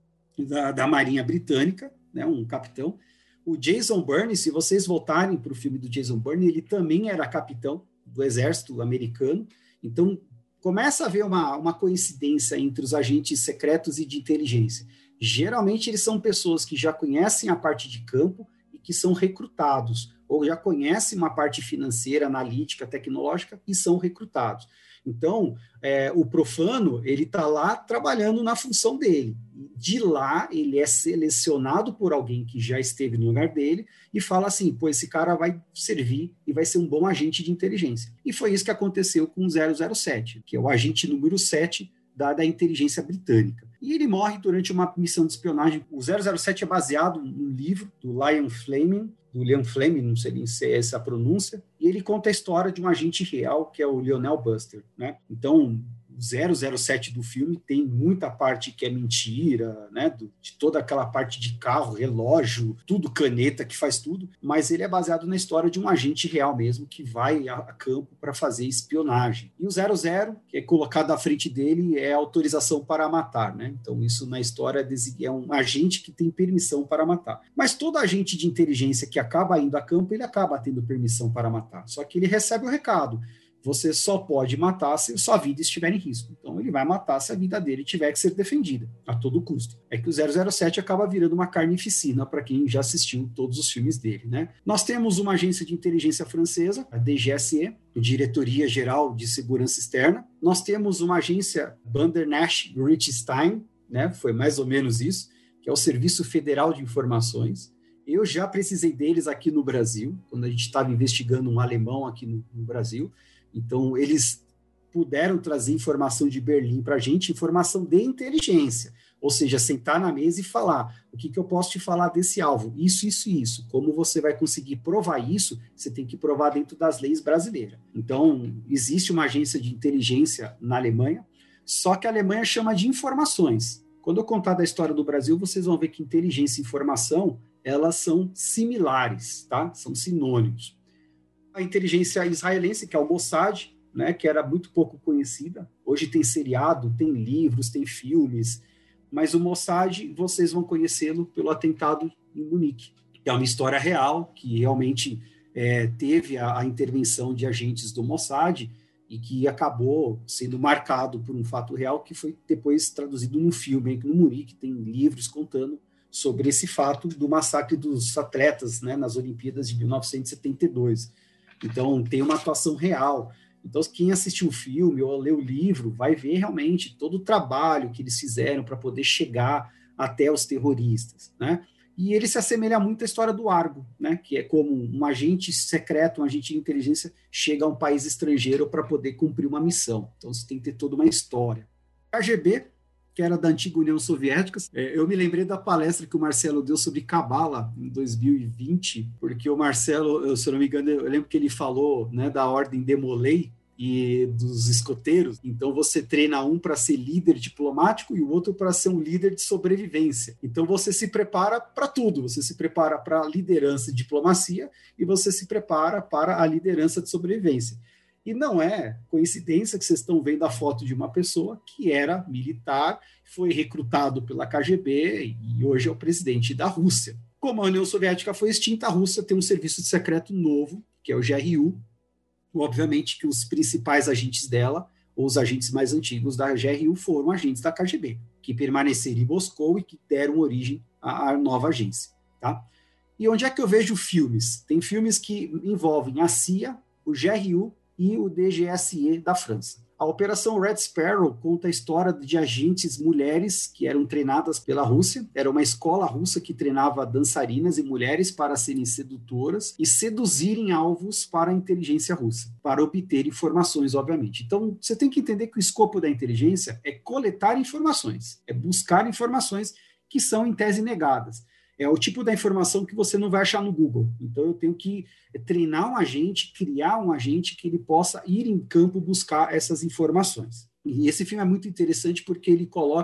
da, da Marinha Britânica, né? Um capitão. O Jason Bourne, se vocês voltarem para o filme do Jason Bourne, ele também era capitão do exército americano. Então, começa a haver uma, uma coincidência entre os agentes secretos e de inteligência. Geralmente, eles são pessoas que já conhecem a parte de campo e que são recrutados, ou já conhecem uma parte financeira, analítica, tecnológica e são recrutados. Então, é, o profano, ele está lá trabalhando na função dele. De lá, ele é selecionado por alguém que já esteve no lugar dele e fala assim, pô, esse cara vai servir e vai ser um bom agente de inteligência. E foi isso que aconteceu com o zero zero sete, que é o agente número sete da, da inteligência britânica. E ele morre durante uma missão de espionagem. O zero zero sete é baseado num livro do Ian Fleming, do Leon Fleming, não sei se é essa a pronúncia, e ele conta a história de um agente real, que é o Lionel Buster, né? Então, o zero zero sete do filme tem muita parte que é mentira, né? Do, de toda aquela parte de carro, relógio, tudo caneta, que faz tudo, mas ele é baseado na história de um agente real mesmo, que vai a, a campo para fazer espionagem. E o zero zero, que é colocado à frente dele, é autorização para matar, né? Então, isso na história é um agente que tem permissão para matar. Mas todo agente de inteligência que acaba indo a campo, ele acaba tendo permissão para matar. Só que ele recebe o recado. Você só pode matar se sua vida estiver em risco. Então, ele vai matar se a vida dele tiver que ser defendida, a todo custo. É que o zero zero sete acaba virando uma carnificina para quem já assistiu todos os filmes dele, né? Nós temos uma agência de inteligência francesa, a D G S E, Diretoria Geral de Segurança Externa. Nós temos uma agência Bandernash Richstein, né? Foi mais ou menos isso, que é o Serviço Federal de Informações. Eu já precisei deles aqui no Brasil, quando a gente estava investigando um alemão aqui no, no Brasil. Então, eles puderam trazer informação de Berlim para a gente, informação de inteligência, ou seja, sentar na mesa e falar, o que, que eu posso te falar desse alvo? Isso, isso e isso. Como você vai conseguir provar isso, você tem que provar dentro das leis brasileiras. Então, existe uma agência de inteligência na Alemanha, só que a Alemanha chama de informações. Quando eu contar da história do Brasil, vocês vão ver que inteligência e informação, elas são similares, tá? São sinônimos. A inteligência israelense, que é o Mossad, né, que era muito pouco conhecida. Hoje tem seriado, tem livros, tem filmes, mas o Mossad, vocês vão conhecê-lo pelo atentado em Munique. É uma história real, que realmente é, teve a, a intervenção de agentes do Mossad e que acabou sendo marcado por um fato real que foi depois traduzido num filme, no Munique, tem livros contando sobre esse fato do massacre dos atletas, né, nas Olimpíadas de mil novecentos e setenta e dois. Então, tem uma atuação real. Então, quem assistiu o filme ou leu o livro vai ver realmente todo o trabalho que eles fizeram para poder chegar até os terroristas, né? E ele se assemelha muito à história do Argo, né? Que é como um agente secreto, um agente de inteligência chega a um país estrangeiro para poder cumprir uma missão. Então, você tem que ter toda uma história. K G B, que era da antiga União Soviética. Eu me lembrei da palestra que o Marcelo deu sobre Cabala em dois mil e vinte, porque o Marcelo, se eu não me engano, eu lembro que ele falou, né, da ordem Demolay e dos escoteiros. Então você treina um para ser líder diplomático e o outro para ser um líder de sobrevivência. Então você se prepara para tudo. Você se prepara para a liderança de diplomacia e você se prepara para a liderança de sobrevivência. E não é coincidência que vocês estão vendo a foto de uma pessoa que era militar, foi recrutado pela K G B e hoje é o presidente da Rússia. Como a União Soviética foi extinta, a Rússia tem um serviço de secreto novo, que é o G R U. Obviamente que os principais agentes dela, ou os agentes mais antigos da G R U, foram agentes da K G B, que permaneceram em Moscou e que deram origem à nova agência. Tá? E onde é que eu vejo filmes? Tem filmes que envolvem a C I A, o G R U, e o D G S E da França. A Operação Red Sparrow conta a história de agentes mulheres que eram treinadas pela Rússia. Era uma escola russa que treinava dançarinas e mulheres para serem sedutoras e seduzirem alvos para a inteligência russa, para obter informações, obviamente. Então, você tem que entender que o escopo da inteligência é coletar informações, é buscar informações que são, em tese, negadas. É o tipo da informação que você não vai achar no Google. Então, eu tenho que treinar um agente, criar um agente que ele possa ir em campo buscar essas informações. E esse filme é muito interessante porque ele coloca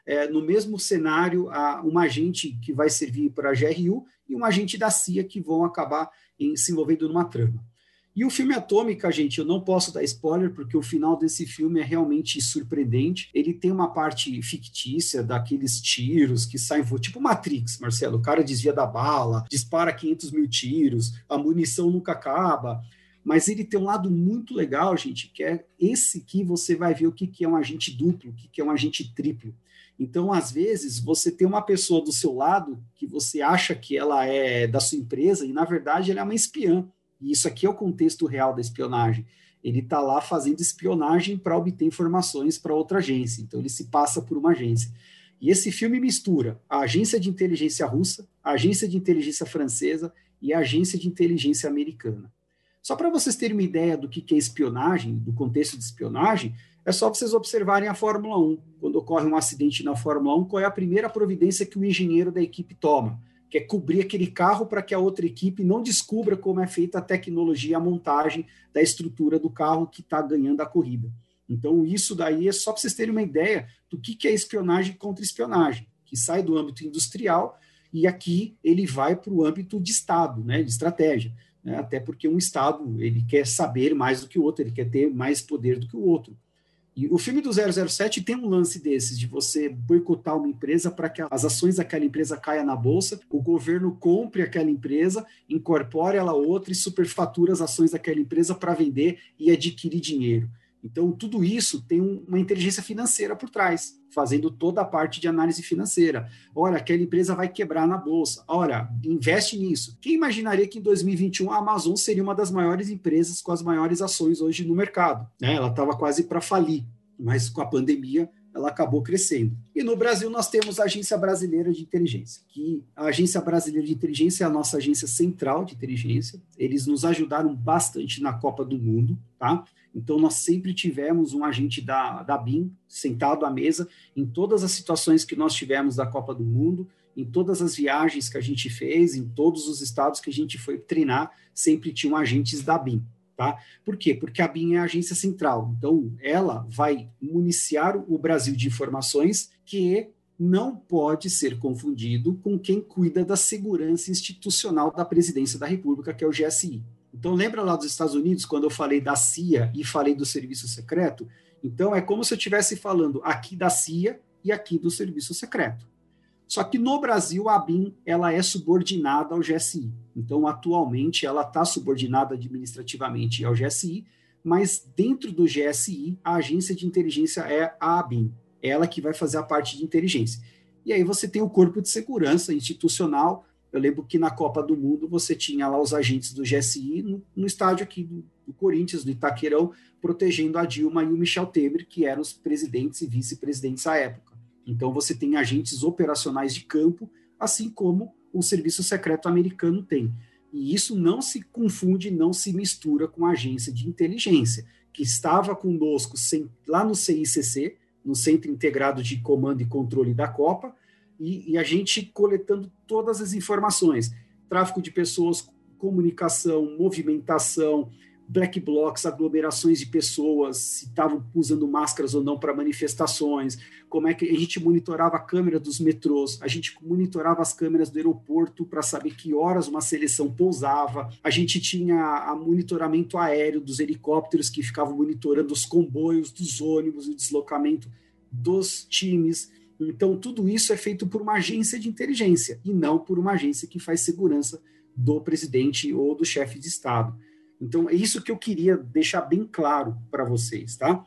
é, no mesmo cenário, a, uma agente que vai servir para a G R U e um agente da C I A que vão acabar em, se envolvendo numa trama. E o filme Atômica, gente, eu não posso dar spoiler, porque o final desse filme é realmente surpreendente. Ele tem uma parte fictícia daqueles tiros que saem, tipo Matrix, Marcelo. O cara desvia da bala, dispara quinhentos mil tiros, a munição nunca acaba. Mas ele tem um lado muito legal, gente, que é esse que você vai ver o que é um agente duplo, o que é um agente triplo. Então, às vezes, você tem uma pessoa do seu lado que você acha que ela é da sua empresa e, na verdade, ela é uma espiã. E isso aqui é o contexto real da espionagem. Ele está lá fazendo espionagem para obter informações para outra agência. Então, ele se passa por uma agência. E esse filme mistura a agência de inteligência russa, a agência de inteligência francesa e a agência de inteligência americana. Só para vocês terem uma ideia do que é espionagem, do contexto de espionagem, é só vocês observarem a Fórmula um. Quando ocorre um acidente na Fórmula um, qual é a primeira providência que o engenheiro da equipe toma? Que é cobrir aquele carro para que a outra equipe não descubra como é feita a tecnologia, a montagem da estrutura do carro que está ganhando a corrida. Então, isso daí é só para vocês terem uma ideia do que é espionagem contra espionagem, que sai do âmbito industrial e aqui ele vai para o âmbito de Estado, né, de estratégia. Né, até porque um Estado ele quer saber mais do que o outro, ele quer ter mais poder do que o outro. E o filme do zero zero sete tem um lance desses, de você boicotar uma empresa para que as ações daquela empresa caiam na bolsa, o governo compre aquela empresa, incorpore ela a outra e superfatura as ações daquela empresa para vender e adquirir dinheiro. Então, tudo isso tem um, uma inteligência financeira por trás, fazendo toda a parte de análise financeira. Olha, aquela empresa vai quebrar na bolsa. Olha, investe nisso. Quem imaginaria que em dois mil e vinte e um a Amazon seria uma das maiores empresas com as maiores ações hoje no mercado? Né? Ela estava quase para falir, mas com a pandemia ela acabou crescendo. E no Brasil nós temos a Agência Brasileira de Inteligência, que a Agência Brasileira de Inteligência é a nossa agência central de inteligência. Eles nos ajudaram bastante na Copa do Mundo, tá? Então, nós sempre tivemos um agente da, da B I M sentado à mesa em todas as situações que nós tivemos da Copa do Mundo, em todas as viagens que a gente fez, em todos os estados que a gente foi treinar, sempre tinham agentes da B I M. Tá? Por quê? Porque a B I M é a agência central. Então, ela vai municiar o Brasil de informações que não pode ser confundido com quem cuida da segurança institucional da Presidência da República, que é o G S I. Então, lembra lá dos Estados Unidos, quando eu falei da C I A e falei do Serviço Secreto? Então, é como se eu estivesse falando aqui da C I A e aqui do Serviço Secreto. Só que no Brasil, a B I M ela é subordinada ao G S I. Então, atualmente, ela está subordinada administrativamente ao G S I, mas dentro do G S I, a agência de inteligência é a B I M. Ela que vai fazer a parte de inteligência. E aí você tem o corpo de segurança institucional. Eu lembro que na Copa do Mundo você tinha lá os agentes do G S I no, no estádio aqui do, do Corinthians, do Itaquerão, protegendo a Dilma e o Michel Temer, que eram os presidentes e vice-presidentes à época. Então você tem agentes operacionais de campo, assim como o Serviço Secreto americano tem. E isso não se confunde, não se mistura com a agência de inteligência, que estava conosco sem, lá no C I C C, no Centro Integrado de Comando e Controle da Copa, E, e a gente coletando todas as informações, tráfico de pessoas, comunicação, movimentação, black blocs, aglomerações de pessoas, se estavam usando máscaras ou não para manifestações, como é que a gente monitorava a câmera dos metrôs, a gente monitorava as câmeras do aeroporto para saber que horas uma seleção pousava, a gente tinha a monitoramento aéreo dos helicópteros que ficavam monitorando os comboios, dos ônibus, o deslocamento dos times. Então, tudo isso é feito por uma agência de inteligência e não por uma agência que faz segurança do presidente ou do chefe de Estado. Então, é isso que eu queria deixar bem claro para vocês, tá?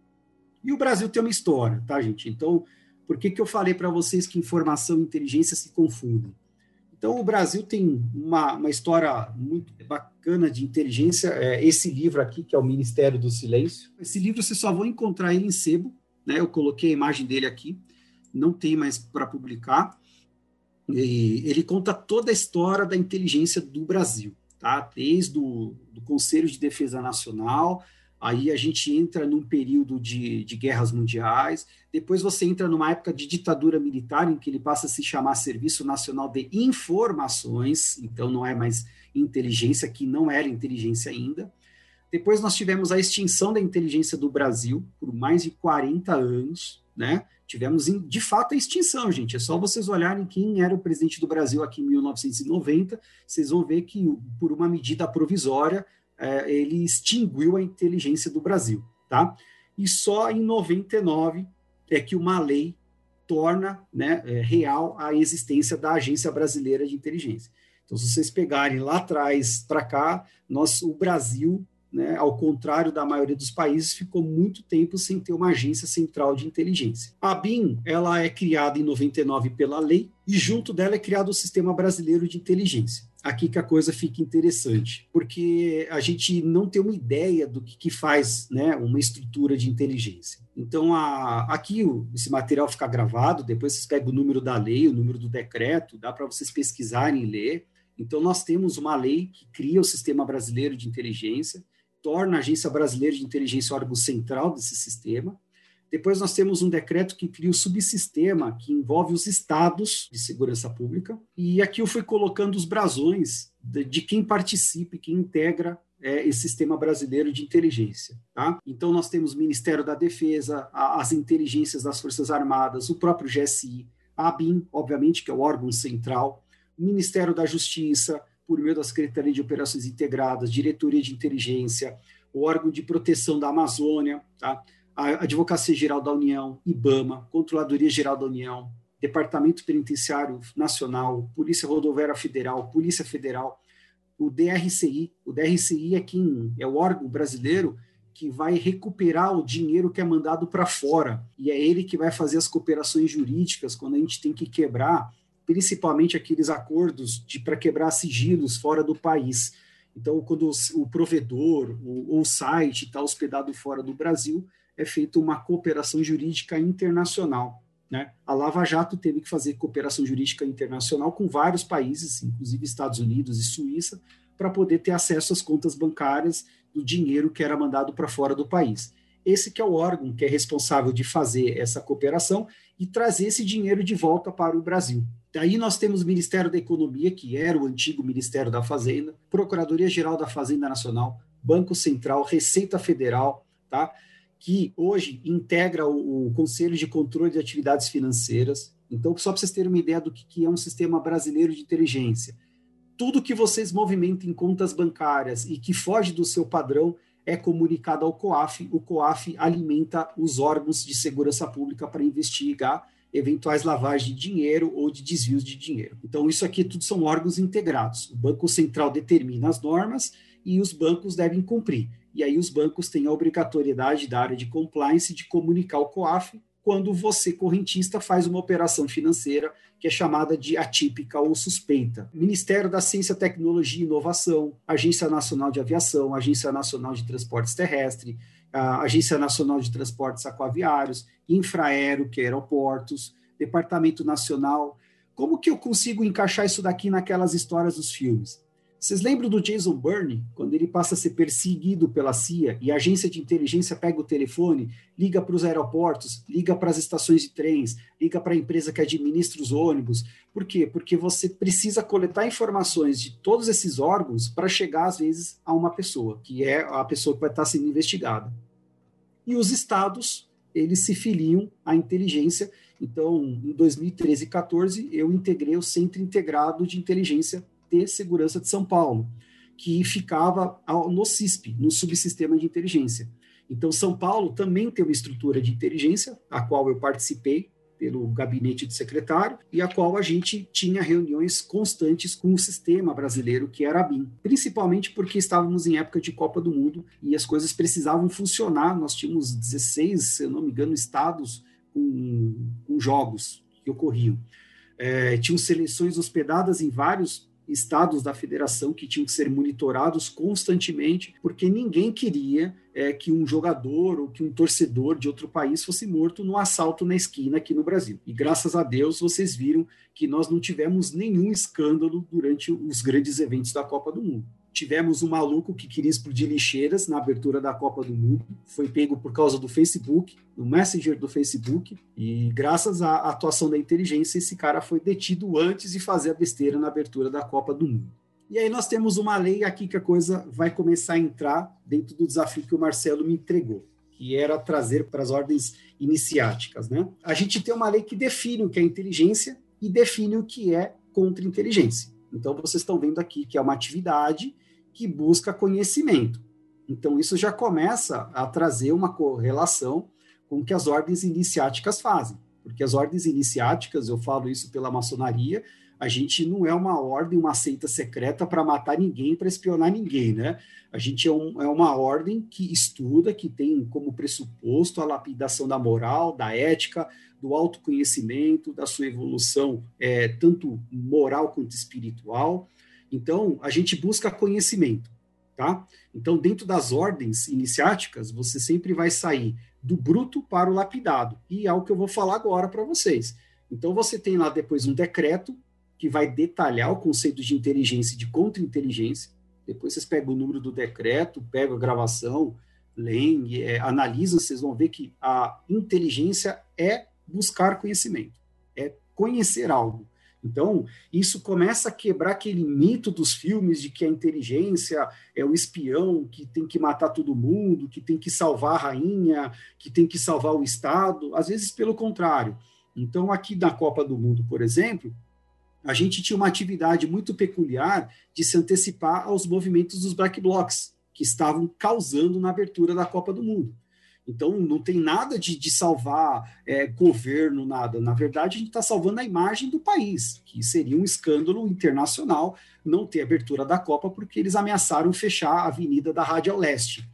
E o Brasil tem uma história, tá, gente? Então, por que que eu falei para vocês que informação e inteligência se confundem? Então, o Brasil tem uma, uma história muito bacana de inteligência. É esse livro aqui, que é o Ministério do Silêncio. Esse livro vocês só vão encontrar ele em sebo, né? Eu coloquei a imagem dele aqui. Não tem mais para publicar. E ele conta toda a história da inteligência do Brasil, tá? Desde o do Conselho de Defesa Nacional, aí a gente entra num período de, de guerras mundiais, depois você entra numa época de ditadura militar, em que ele passa a se chamar Serviço Nacional de Informações, então não é mais inteligência, que não era inteligência ainda. Depois nós tivemos a extinção da inteligência do Brasil, por mais de quarenta anos, né? tivemos, de fato, a extinção, gente. É só vocês olharem quem era o presidente do Brasil aqui em mil novecentos e noventa, vocês vão ver que, por uma medida provisória, é, ele extinguiu a inteligência do Brasil, tá? E só em noventa e nove é que uma lei torna, né, é, real a existência da Agência Brasileira de Inteligência. Então, se vocês pegarem lá atrás para cá, nós, o Brasil, né, ao contrário da maioria dos países, ficou muito tempo sem ter uma agência central de inteligência. A BIM, ela é criada em noventa e nove pela lei, e junto dela é criado o Sistema Brasileiro de Inteligência. Aqui que a coisa fica interessante, porque a gente não tem uma ideia do que, que faz, né, uma estrutura de inteligência. Então, a, aqui o, esse material fica gravado, depois vocês pegam o número da lei, o número do decreto, dá para vocês pesquisarem e ler. Então, nós temos uma lei que cria o Sistema Brasileiro de Inteligência, torna a Agência Brasileira de Inteligência o órgão central desse sistema. Depois nós temos um decreto que cria o subsistema, que envolve os estados de segurança pública. E aqui eu fui colocando os brasões de, de quem participa e quem integra é, esse sistema brasileiro de inteligência. Tá? Então nós temos o Ministério da Defesa, a, as inteligências das Forças Armadas, o próprio G S I, a ABIN, obviamente, que é o órgão central, o Ministério da Justiça, por meio da Secretaria de Operações Integradas, Diretoria de Inteligência, o órgão de proteção da Amazônia, tá? A Advocacia Geral da União, IBAMA, Controladoria Geral da União, Departamento Penitenciário Nacional, Polícia Rodoviária Federal, Polícia Federal, o D R C I. O D R C I é quem é o órgão brasileiro que vai recuperar o dinheiro que é mandado para fora, e é ele que vai fazer as cooperações jurídicas quando a gente tem que quebrar, principalmente aqueles acordos de para quebrar sigilos fora do país. Então, quando o provedor ou o site está hospedado fora do Brasil, é feita uma cooperação jurídica internacional, né? A Lava Jato teve que fazer cooperação jurídica internacional com vários países, inclusive Estados Unidos e Suíça, para poder ter acesso às contas bancárias do dinheiro que era mandado para fora do país. Esse que é o órgão que é responsável de fazer essa cooperação e trazer esse dinheiro de volta para o Brasil. Daí nós temos o Ministério da Economia, que era o antigo Ministério da Fazenda, Procuradoria-Geral da Fazenda Nacional, Banco Central, Receita Federal, tá? Que hoje integra o, o Conselho de Controle de Atividades Financeiras. Então, só para vocês terem uma ideia do que, que é um sistema brasileiro de inteligência, tudo que vocês movimentam em contas bancárias e que foge do seu padrão é comunicado ao COAF. O COAF alimenta os órgãos de segurança pública para investigar eventuais lavagens de dinheiro ou de desvios de dinheiro. Então, isso aqui tudo são órgãos integrados. O Banco Central determina as normas e os bancos devem cumprir. E aí os bancos têm a obrigatoriedade da área de compliance de comunicar ao COAF quando você, correntista, faz uma operação financeira que é chamada de atípica ou suspeita. Ministério da Ciência, Tecnologia e Inovação, Agência Nacional de Aviação, Agência Nacional de Transportes Terrestres, a Agência Nacional de Transportes Aquaviários, Infraero, que é aeroportos, Departamento Nacional. Como que eu consigo encaixar isso daqui naquelas histórias dos filmes? Vocês lembram do Jason Bourne, quando ele passa a ser perseguido pela C I A e a agência de inteligência pega o telefone, liga para os aeroportos, liga para as estações de trens, liga para a empresa que administra os ônibus. Por quê? Porque você precisa coletar informações de todos esses órgãos para chegar, às vezes, a uma pessoa, que é a pessoa que vai estar sendo investigada. E os estados, eles se filiam à inteligência. Então, em dois mil e treze e dois mil e quatorze, eu integrei o Centro Integrado de Inteligência de Segurança de São Paulo, que ficava no C I S P, no Subsistema de Inteligência. Então, São Paulo também tem uma estrutura de inteligência, a qual eu participei pelo gabinete do secretário, e a qual a gente tinha reuniões constantes com o sistema brasileiro, que era a BIM, principalmente porque estávamos em época de Copa do Mundo e as coisas precisavam funcionar. Nós tínhamos dezesseis, se eu não me engano, estados com, com jogos que ocorriam. É, tinham seleções hospedadas em vários estados da federação que tinham que ser monitorados constantemente, porque ninguém queria é, que um jogador ou que um torcedor de outro país fosse morto num assalto na esquina aqui no Brasil. E graças a Deus vocês viram que nós não tivemos nenhum escândalo durante os grandes eventos da Copa do Mundo. Tivemos um maluco que queria explodir lixeiras na abertura da Copa do Mundo, foi pego por causa do Facebook, do Messenger do Facebook, e graças à atuação da inteligência, esse cara foi detido antes de fazer a besteira na abertura da Copa do Mundo. E aí nós temos uma lei aqui que a coisa vai começar a entrar dentro do desafio que o Marcelo me entregou, que era trazer para as ordens iniciáticas, né? A gente tem uma lei que define o que é inteligência e define o que é contra-inteligência. Então, vocês estão vendo aqui que é uma atividade que busca conhecimento. Então, isso já começa a trazer uma correlação com o que as ordens iniciáticas fazem. Porque as ordens iniciáticas, eu falo isso pela maçonaria, a gente não é uma ordem, uma seita secreta para matar ninguém, para espionar ninguém, né? A gente é, um, é uma ordem que estuda, que tem como pressuposto a lapidação da moral, da ética, do autoconhecimento, da sua evolução, é, tanto moral quanto espiritual. Então, a gente busca conhecimento, tá? Então, dentro das ordens iniciáticas, você sempre vai sair do bruto para o lapidado, e é o que eu vou falar agora para vocês. Então, você tem lá depois um decreto que vai detalhar o conceito de inteligência e de contra-inteligência. Depois vocês pegam o número do decreto, pegam a gravação, leem, é, analisam, vocês vão ver que a inteligência é buscar conhecimento, é conhecer algo. Então, isso começa a quebrar aquele mito dos filmes de que a inteligência é o espião que tem que matar todo mundo, que tem que salvar a rainha, que tem que salvar o Estado, às vezes pelo contrário. Então, aqui na Copa do Mundo, por exemplo, a gente tinha uma atividade muito peculiar de se antecipar aos movimentos dos Black Blocs, que estavam causando na abertura da Copa do Mundo. Então, não tem nada de, de salvar é, governo, nada. Na verdade, a gente está salvando a imagem do país, que seria um escândalo internacional não ter abertura da Copa, porque eles ameaçaram fechar a avenida da Rádio Leste.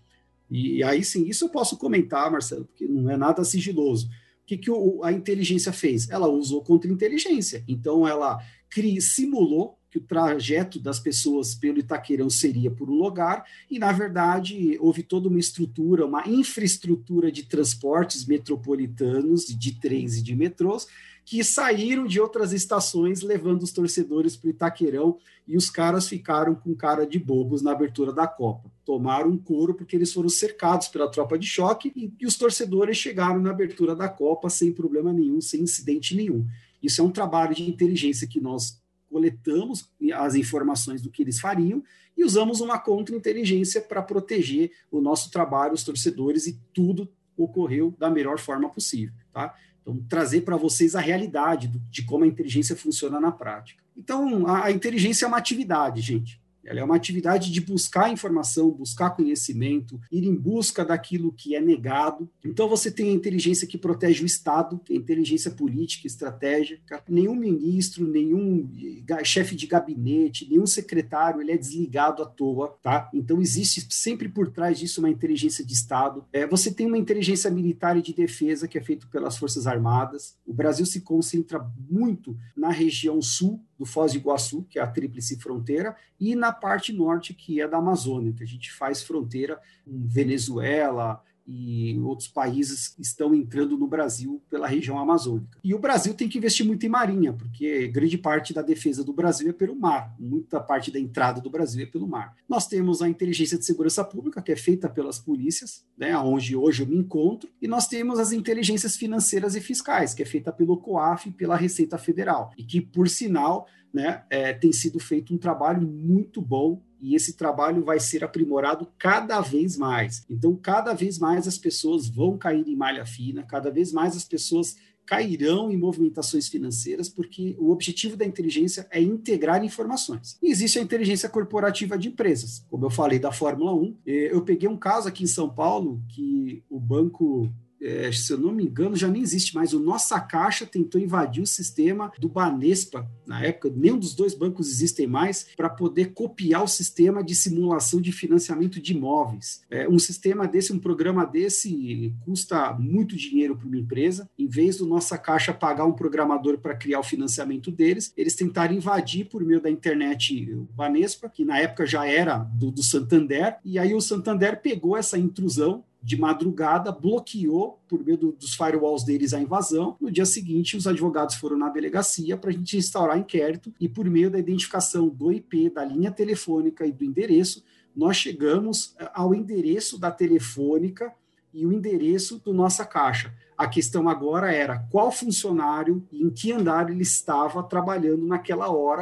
E aí, sim, isso eu posso comentar, Marcelo, porque não é nada sigiloso. O que, que o, a inteligência fez? Ela usou contra-inteligência. Então, ela cri, simulou que o trajeto das pessoas pelo Itaquerão seria por um lugar, e, na verdade, houve toda uma estrutura, uma infraestrutura de transportes metropolitanos, de trens e de metrôs, que saíram de outras estações levando os torcedores para o Itaquerão, e os caras ficaram com cara de bobos na abertura da Copa. Tomaram um couro porque eles foram cercados pela tropa de choque, e, e os torcedores chegaram na abertura da Copa sem problema nenhum, sem incidente nenhum. Isso é um trabalho de inteligência que nós coletamos as informações do que eles fariam e usamos uma contra-inteligência para proteger o nosso trabalho, os torcedores, e tudo ocorreu da melhor forma possível, tá? Então, trazer para vocês a realidade do, de como a inteligência funciona na prática. Então, a, a inteligência é uma atividade, gente. Ela é uma atividade de buscar informação, buscar conhecimento, ir em busca daquilo que é negado. Então, você tem a inteligência que protege o Estado, que é a inteligência política, estratégica. Nenhum ministro, nenhum chefe de gabinete, nenhum secretário, ele é desligado à toa, tá? Então, existe sempre por trás disso uma inteligência de Estado. É, você tem uma inteligência militar e de defesa, que é feita pelas Forças Armadas. O Brasil se concentra muito na região sul do Foz do Iguaçu, que é a tríplice fronteira, e na parte norte, que é da Amazônia, que a gente faz fronteira com Venezuela e outros países que estão entrando no Brasil pela região amazônica. E o Brasil tem que investir muito em marinha, porque grande parte da defesa do Brasil é pelo mar, muita parte da entrada do Brasil é pelo mar. Nós temos a inteligência de segurança pública, que é feita pelas polícias, né, onde hoje eu me encontro, e nós temos as inteligências financeiras e fiscais, que é feita pelo COAF e pela Receita Federal, e que, por sinal, né, é, tem sido feito um trabalho muito bom, e esse trabalho vai ser aprimorado cada vez mais. Então, cada vez mais as pessoas vão cair em malha fina, cada vez mais as pessoas cairão em movimentações financeiras, porque o objetivo da inteligência é integrar informações. E existe a inteligência corporativa de empresas, como eu falei da Fórmula um. Eu peguei um caso aqui em São Paulo, que o banco... É, se eu não me engano, já nem existe mais. O Nossa Caixa tentou invadir o sistema do Banespa, na época, nenhum dos dois bancos existem mais, para poder copiar o sistema de simulação de financiamento de imóveis. É, um sistema desse, um programa desse, custa muito dinheiro para uma empresa. Em vez do Nossa Caixa pagar um programador para criar o financiamento deles, eles tentaram invadir por meio da internet o Banespa, que na época já era do, do Santander, e aí o Santander pegou essa intrusão de madrugada, bloqueou por meio do, dos firewalls deles a invasão. No dia seguinte, os advogados foram na delegacia para a gente instaurar inquérito, e por meio da identificação do I P, da linha telefônica e do endereço, nós chegamos ao endereço da telefônica e o endereço do Nossa Caixa. A questão agora era qual funcionário e em que andar ele estava trabalhando naquela hora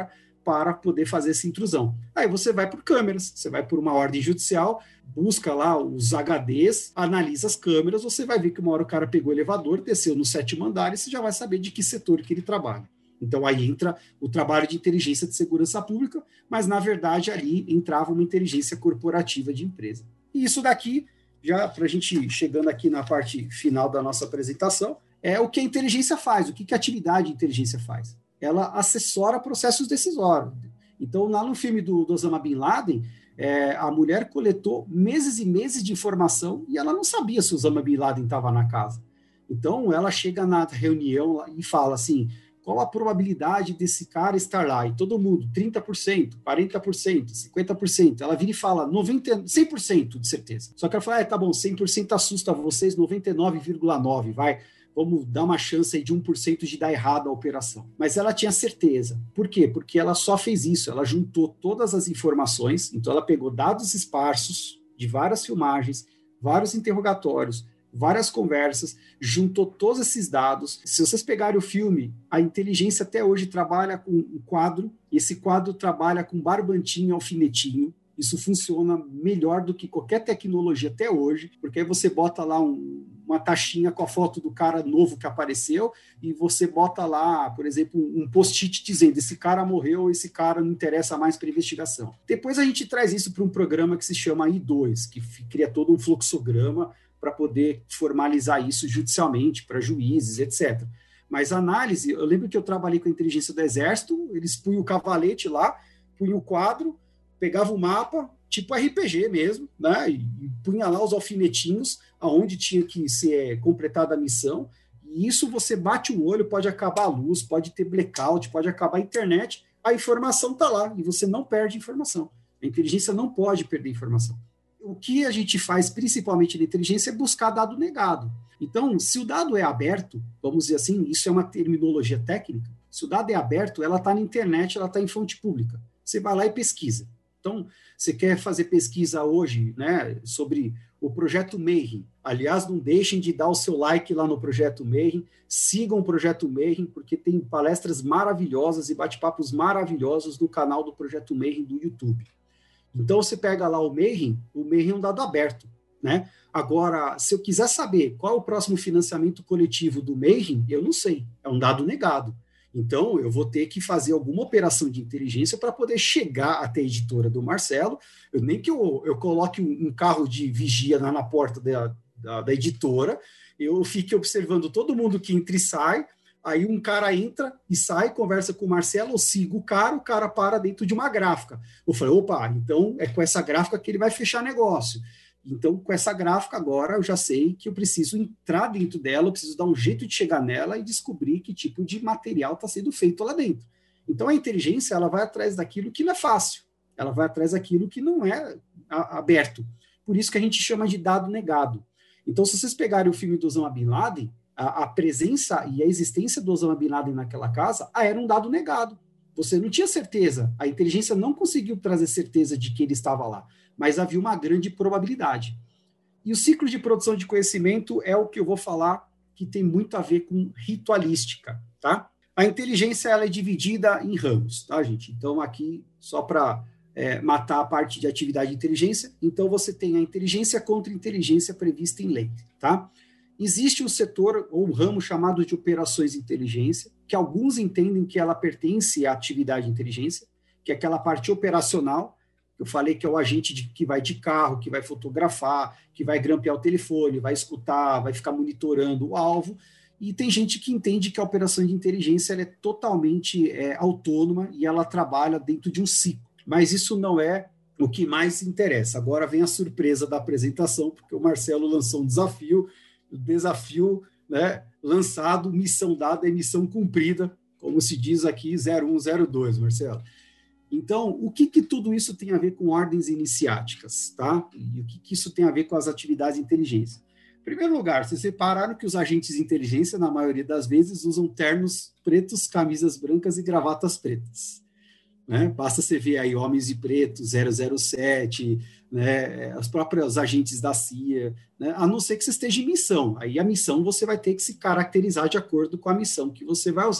para poder fazer essa intrusão. Aí você vai por câmeras, você vai por uma ordem judicial, busca lá os H Ds, analisa as câmeras, você vai ver que uma hora o cara pegou o elevador, desceu no sétimo andar e você já vai saber de que setor que ele trabalha. Então aí entra o trabalho de inteligência de segurança pública, mas na verdade ali entrava uma inteligência corporativa de empresa. E isso daqui, já para a gente chegando aqui na parte final da nossa apresentação, é o que a inteligência faz, o que a atividade de inteligência faz. Ela assessora processos decisórios. Então, lá no filme do, do Osama Bin Laden, é, a mulher coletou meses e meses de informação e ela não sabia se o Osama Bin Laden estava na casa. Então, ela chega na reunião e fala assim, qual a probabilidade desse cara estar lá? E todo mundo, trinta por cento, quarenta por cento, cinquenta por cento. Ela vira e fala noventa por cento, cem por cento de certeza. Só que ela fala, ah, tá bom, cem por cento assusta vocês, noventa e nove vírgula nove por cento, vai. Vamos dar uma chance aí de um por cento de dar errado a operação. Mas ela tinha certeza. Por quê? Porque ela só fez isso, ela juntou todas as informações, então ela pegou dados esparsos de várias filmagens, vários interrogatórios, várias conversas, juntou todos esses dados. Se vocês pegarem o filme, a inteligência até hoje trabalha com um quadro, e esse quadro trabalha com barbantinho e alfinetinho. Isso funciona melhor do que qualquer tecnologia até hoje, porque aí você bota lá um, uma taxinha com a foto do cara novo que apareceu e você bota lá, por exemplo, um post-it dizendo esse cara morreu, esse cara não interessa mais para investigação. Depois a gente traz isso para um programa que se chama I dois, que cria todo um fluxograma para poder formalizar isso judicialmente para juízes, etcétera. Mas a análise, eu lembro que eu trabalhei com a inteligência do Exército, eles punham o cavalete lá, punham o quadro, pegava o mapa, tipo R P G mesmo, né? E, e punha lá os alfinetinhos aonde tinha que ser completada a missão, e isso você bate o olho, pode acabar a luz, pode ter blackout, pode acabar a internet, a informação está lá, e você não perde informação. A inteligência não pode perder informação. O que a gente faz, principalmente na inteligência, é buscar dado negado. Então, se o dado é aberto, vamos dizer assim, isso é uma terminologia técnica, se o dado é aberto, ela está na internet, ela está em fonte pública. Você vai lá e pesquisa. Então, você quer fazer pesquisa hoje, né, sobre o Projeto Mayhem. Aliás, não deixem de dar o seu like lá no Projeto Mayhem, sigam o Projeto Mayhem, porque tem palestras maravilhosas e bate-papos maravilhosos no canal do Projeto Mayhem do YouTube. Então, você pega lá o Mayhem, o Mayhem é um dado aberto, né? Agora, se eu quiser saber qual é o próximo financiamento coletivo do Mayhem, eu não sei, é um dado negado. Então, eu vou ter que fazer alguma operação de inteligência para poder chegar até a editora do Marcelo. Eu, nem que eu, eu coloque um, um carro de vigia na, na porta da, da, da editora, eu fique observando todo mundo que entra e sai, aí um cara entra e sai, conversa com o Marcelo, eu sigo o cara, o cara para dentro de uma gráfica. Eu falei, opa, então é com essa gráfica que ele vai fechar negócio. Então, com essa gráfica agora, eu já sei que eu preciso entrar dentro dela, eu preciso dar um jeito de chegar nela e descobrir que tipo de material está sendo feito lá dentro. Então, a inteligência ela vai atrás daquilo que não é fácil, ela vai atrás daquilo que não é a, aberto. Por isso que a gente chama de dado negado. Então, se vocês pegarem o filme do Osama Bin Laden, a, a presença e a existência do Osama Bin Laden naquela casa ah, era um dado negado. Você não tinha certeza, a inteligência não conseguiu trazer certeza de que ele estava lá, mas havia uma grande probabilidade. E o ciclo de produção de conhecimento é o que eu vou falar que tem muito a ver com ritualística, tá? A inteligência ela é dividida em ramos, tá, gente? Então, aqui, só para é, matar a parte de atividade de inteligência, então você tem a inteligência contra inteligência prevista em lei, tá? Existe um setor ou um ramo chamado de operações de inteligência, que alguns entendem que ela pertence à atividade de inteligência, que é aquela parte operacional, eu falei que é o agente de, que vai de carro, que vai fotografar, que vai grampear o telefone, vai escutar, vai ficar monitorando o alvo. E tem gente que entende que a operação de inteligência ela é totalmente é, autônoma e ela trabalha dentro de um ciclo. Mas isso não é o que mais interessa. Agora vem a surpresa da apresentação, porque o Marcelo lançou um desafio, o desafio, né, lançado, missão dada é missão cumprida, como se diz aqui, zero um zero dois, Marcelo. Então, o que, que tudo isso tem a ver com ordens iniciáticas, tá? E o que, que isso tem a ver com as atividades de inteligência? Em primeiro lugar, vocês repararam que os agentes de inteligência, na maioria das vezes, usam ternos pretos, camisas brancas e gravatas pretas. Né? Basta você ver aí Homens de Preto, zero zero sete, né? Os próprios agentes da C I A, né? A não ser que você esteja em missão. Aí a missão você vai ter que se caracterizar de acordo com a missão que você vai usar.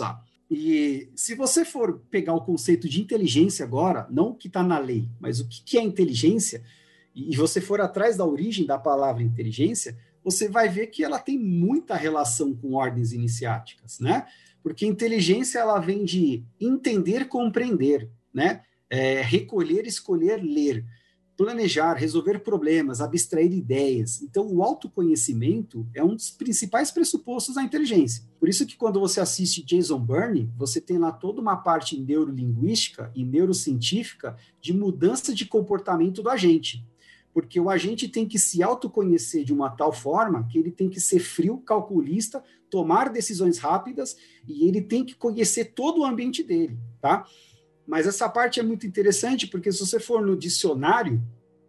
E se você for pegar o conceito de inteligência agora, não o que está na lei, mas o que é inteligência, e você for atrás da origem da palavra inteligência, você vai ver que ela tem muita relação com ordens iniciáticas, né? Porque inteligência, ela vem de entender, compreender, né? É, recolher, escolher, ler, planejar, resolver problemas, abstrair ideias. Então, o autoconhecimento é um dos principais pressupostos da inteligência. Por isso que quando você assiste Jason Bourne, você tem lá toda uma parte neurolinguística e neurocientífica de mudança de comportamento do agente. Porque o agente tem que se autoconhecer de uma tal forma que ele tem que ser frio, calculista, tomar decisões rápidas e ele tem que conhecer todo o ambiente dele, tá? Mas essa parte é muito interessante porque se você for no dicionário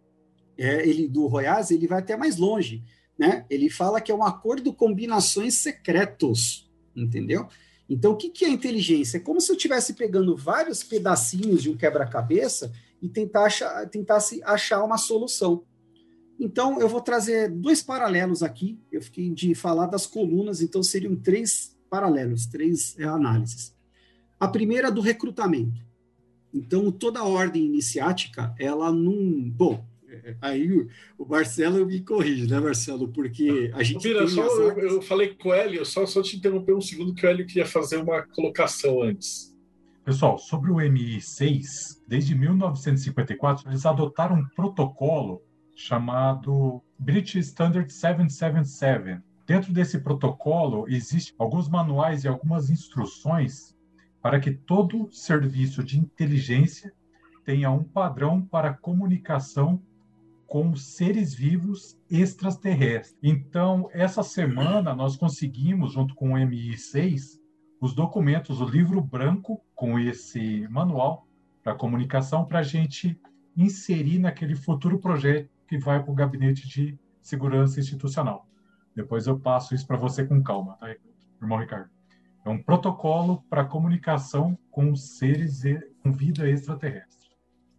é, ele, do Royaz, ele vai até mais longe, né? Ele fala que é um acordo combinações secretos, entendeu? Então, o que, que é inteligência? É como se eu estivesse pegando vários pedacinhos de um quebra-cabeça e tentar achar, tentasse achar uma solução. Então, eu vou trazer dois paralelos aqui. Eu fiquei de falar das colunas, então seriam três paralelos, três é, análises. A primeira é do recrutamento. Então, toda a ordem iniciática, ela não... Bom, aí o, o Marcelo me corrige, né, Marcelo? Porque a gente Vira, tem só, as eu, ordens... eu falei com o Hélio, só, só te interromper um segundo, que o Hélio queria fazer uma colocação antes. Pessoal, sobre o M I seis, desde mil novecentos e cinquenta e quatro, eles adotaram um protocolo chamado British Standard setecentos e setenta e sete. Dentro desse protocolo, existem alguns manuais e algumas instruções para que todo serviço de inteligência tenha um padrão para comunicação com seres vivos extraterrestres. Então, essa semana, nós conseguimos, junto com o M I seis, os documentos, o livro branco com esse manual para comunicação, para a gente inserir naquele futuro projeto que vai para o Gabinete de Segurança Institucional. Depois eu passo isso para você com calma, tá, irmão Ricardo? É um protocolo para comunicação com seres e, com vida extraterrestre.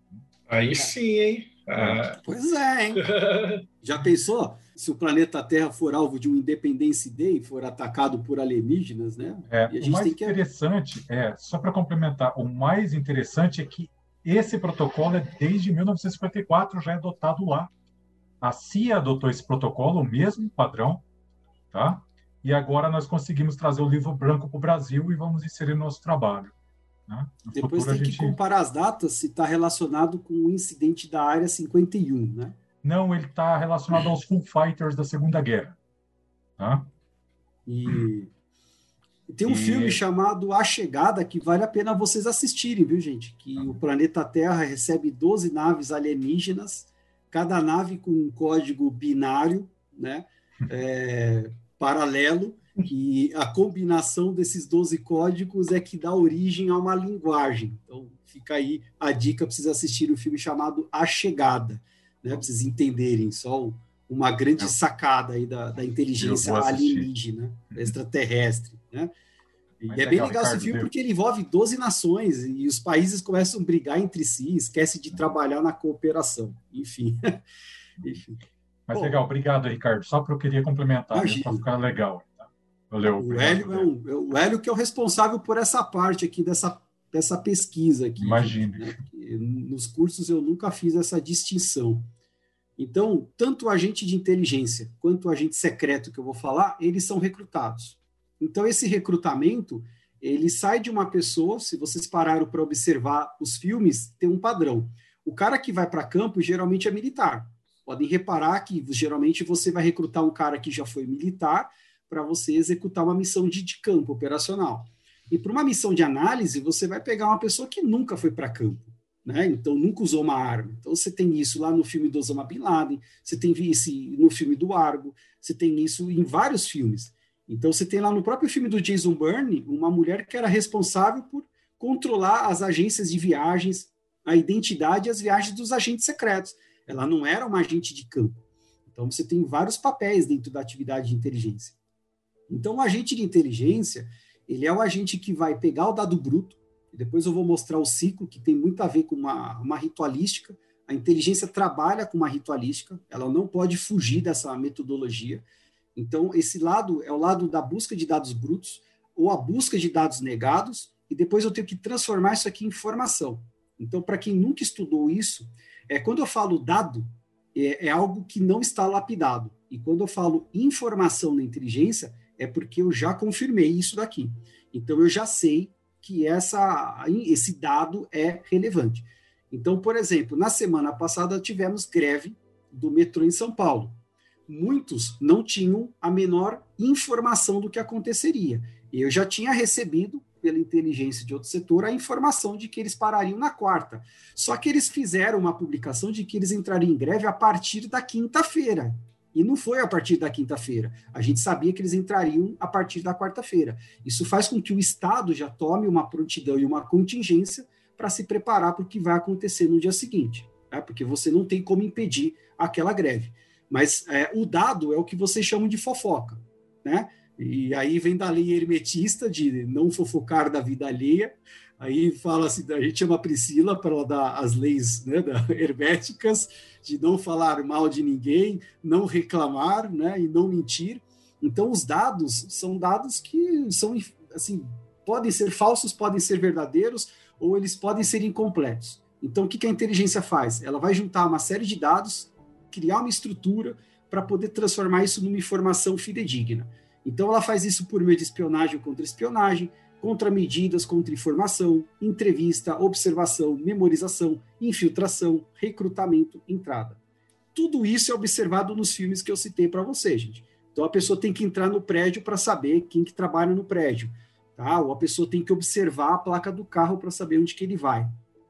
Aí sim, hein? Ah. Pois é, hein? Já pensou? Se o planeta Terra for alvo de um Independence Day, for atacado por alienígenas, né? É, e a gente o mais tem que... interessante, é, só para complementar, o mais interessante é que esse protocolo é desde mil novecentos e cinquenta e quatro, já é adotado lá. A C I A adotou esse protocolo, o mesmo padrão, tá? E agora nós conseguimos trazer o livro branco para o Brasil e vamos inserir no nosso trabalho. Né? No Depois futuro, tem gente... que comparar as datas se está relacionado com o incidente da Área cinquenta e um, né? Não, ele está relacionado aos Full Fighters da Segunda Guerra. Tá? E tem um e... filme chamado A Chegada, que vale a pena vocês assistirem, viu, gente? Que ah. o planeta Terra recebe doze naves alienígenas, cada nave com um código binário, né? É, paralelo, que a combinação desses doze códigos é que dá origem a uma linguagem. Então, fica aí a dica para vocês assistirem o filme chamado A Chegada, né, para vocês entenderem só uma grande sacada aí da, da inteligência alienígena, extraterrestre, né? E Mas é bem legal, legal Ricardo, esse filme, porque ele envolve doze nações e os países começam a brigar entre si, esquece de trabalhar na cooperação. Enfim. Enfim. Mas Bom, legal, obrigado, Ricardo. Só porque eu queria complementar, né, para ficar legal. Tá? Valeu, o, Hélio é um, é o Hélio que é o responsável por essa parte aqui dessa, dessa pesquisa aqui. Imagine. Né? Nos cursos eu nunca fiz essa distinção. Então, tanto o agente de inteligência quanto o agente secreto que eu vou falar, eles são recrutados. Então, esse recrutamento, ele sai de uma pessoa, se vocês pararam para observar os filmes, tem um padrão. O cara que vai para campo geralmente é militar. Podem reparar que geralmente você vai recrutar um cara que já foi militar para você executar uma missão de, de campo operacional. E para uma missão de análise, você vai pegar uma pessoa que nunca foi para campo, né? Então nunca usou uma arma. Então você tem isso lá no filme do Osama Bin Laden, você tem isso no filme do Argo, você tem isso em vários filmes. Então você tem lá no próprio filme do Jason Bourne uma mulher que era responsável por controlar as agências de viagens, a identidade e as viagens dos agentes secretos. Ela não era uma agente de campo. Então, você tem vários papéis dentro da atividade de inteligência. Então, o agente de inteligência, ele é o agente que vai pegar o dado bruto, e depois eu vou mostrar o ciclo, que tem muito a ver com uma, uma ritualística. A inteligência trabalha com uma ritualística, ela não pode fugir dessa metodologia. Então, esse lado é o lado da busca de dados brutos, ou a busca de dados negados, e depois eu tenho que transformar isso aqui em informação. Então, para quem nunca estudou isso, é, quando eu falo dado, é, é algo que não está lapidado. E quando eu falo informação na inteligência, é porque eu já confirmei isso daqui. Então, eu já sei que essa, esse dado é relevante. Então, por exemplo, na semana passada tivemos greve do metrô em São Paulo. Muitos não tinham a menor informação do que aconteceria. Eu já tinha recebido, pela inteligência de outro setor, a informação de que eles parariam na quarta. Só que eles fizeram uma publicação de que eles entrariam em greve a partir da quinta-feira. E não foi a partir da quinta-feira. A gente sabia que eles entrariam a partir da quarta-feira. Isso faz com que o Estado já tome uma prontidão e uma contingência para se preparar para o que vai acontecer no dia seguinte. Né? Porque você não tem como impedir aquela greve. Mas é, o dado é o que vocês chamam de fofoca. Né? E aí vem da lei hermetista de não fofocar da vida alheia. Aí fala assim, a gente chama a Priscila para ela dar as leis, né, da, herméticas, de não falar mal de ninguém, não reclamar, né, e não mentir. Então, os dados são dados que são, assim, podem ser falsos, podem ser verdadeiros, ou eles podem ser incompletos. Então, o que a inteligência faz? Ela vai juntar uma série de dados, criar uma estrutura para poder transformar isso numa informação fidedigna. Então, ela faz isso por meio de espionagem ou contra-espionagem, contramedidas, contra-informação, entrevista, observação, memorização, infiltração, recrutamento, entrada. Tudo isso é observado nos filmes que eu citei para você, gente. Então, a pessoa tem que entrar no prédio para saber quem que trabalha no prédio, tá? Ou a pessoa tem que observar a placa do carro para saber onde que ele vai.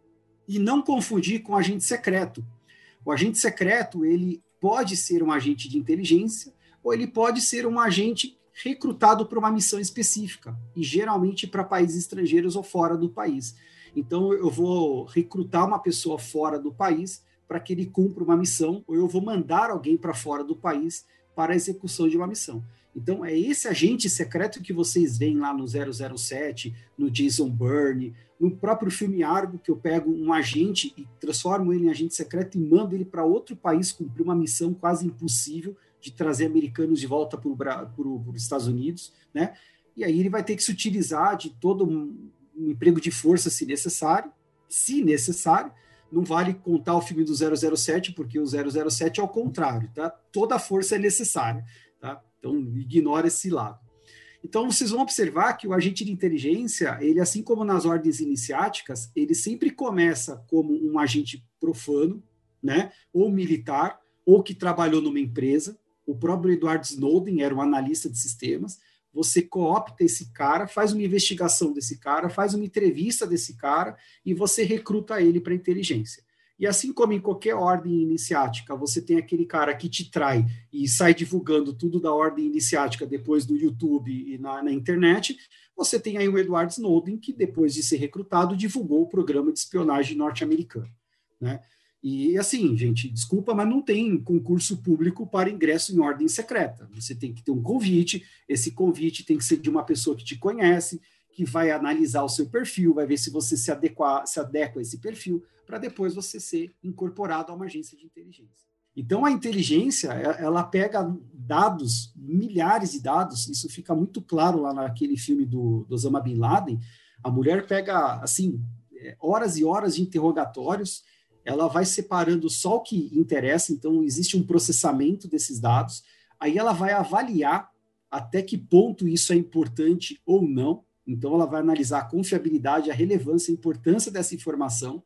E não confundir com agente secreto. O agente secreto, ele pode ser um agente de inteligência ou ele pode ser um agente recrutado para uma missão específica, e geralmente para países estrangeiros ou fora do país. Então, eu vou recrutar uma pessoa fora do país para que ele cumpra uma missão, ou eu vou mandar alguém para fora do país para a execução de uma missão. Então, é esse agente secreto que vocês veem lá no zero zero sete, no Jason Bourne, no próprio filme Argo, que eu pego um agente e transformo ele em agente secreto e mando ele para outro país cumprir uma missão quase impossível de trazer americanos de volta para os Estados Unidos, né? E aí ele vai ter que se utilizar de todo um, um emprego de força, se necessário, se necessário. Não vale contar o filme do zero zero sete, porque o zero zero sete é ao contrário, tá? Toda a força é necessária, tá? Então, ignora esse lado. Então, vocês vão observar que o agente de inteligência, ele, assim como nas ordens iniciáticas, ele sempre começa como um agente profano, né? Ou militar, ou que trabalhou numa empresa. O próprio Edward Snowden era um analista de sistemas. Você coopta esse cara, faz uma investigação desse cara, faz uma entrevista desse cara e você recruta ele para a inteligência. E assim como em qualquer ordem iniciática, você tem aquele cara que te trai e sai divulgando tudo da ordem iniciática depois no YouTube e na, na internet, você tem aí o Edward Snowden, que depois de ser recrutado, divulgou o programa de espionagem norte-americano, né? E assim, gente, desculpa, mas não tem concurso público para ingresso em ordem secreta. Você tem que ter um convite, esse convite tem que ser de uma pessoa que te conhece, que vai analisar o seu perfil, vai ver se você se adequa, se adequa a esse perfil, para depois você ser incorporado a uma agência de inteligência. Então, a inteligência, ela pega dados, milhares de dados, isso fica muito claro lá naquele filme do, do Osama Bin Laden. A mulher pega, assim, horas e horas de interrogatórios, ela vai separando só o que interessa, então existe um processamento desses dados, aí ela vai avaliar até que ponto isso é importante ou não, então ela vai analisar a confiabilidade, a relevância, a importância dessa informação,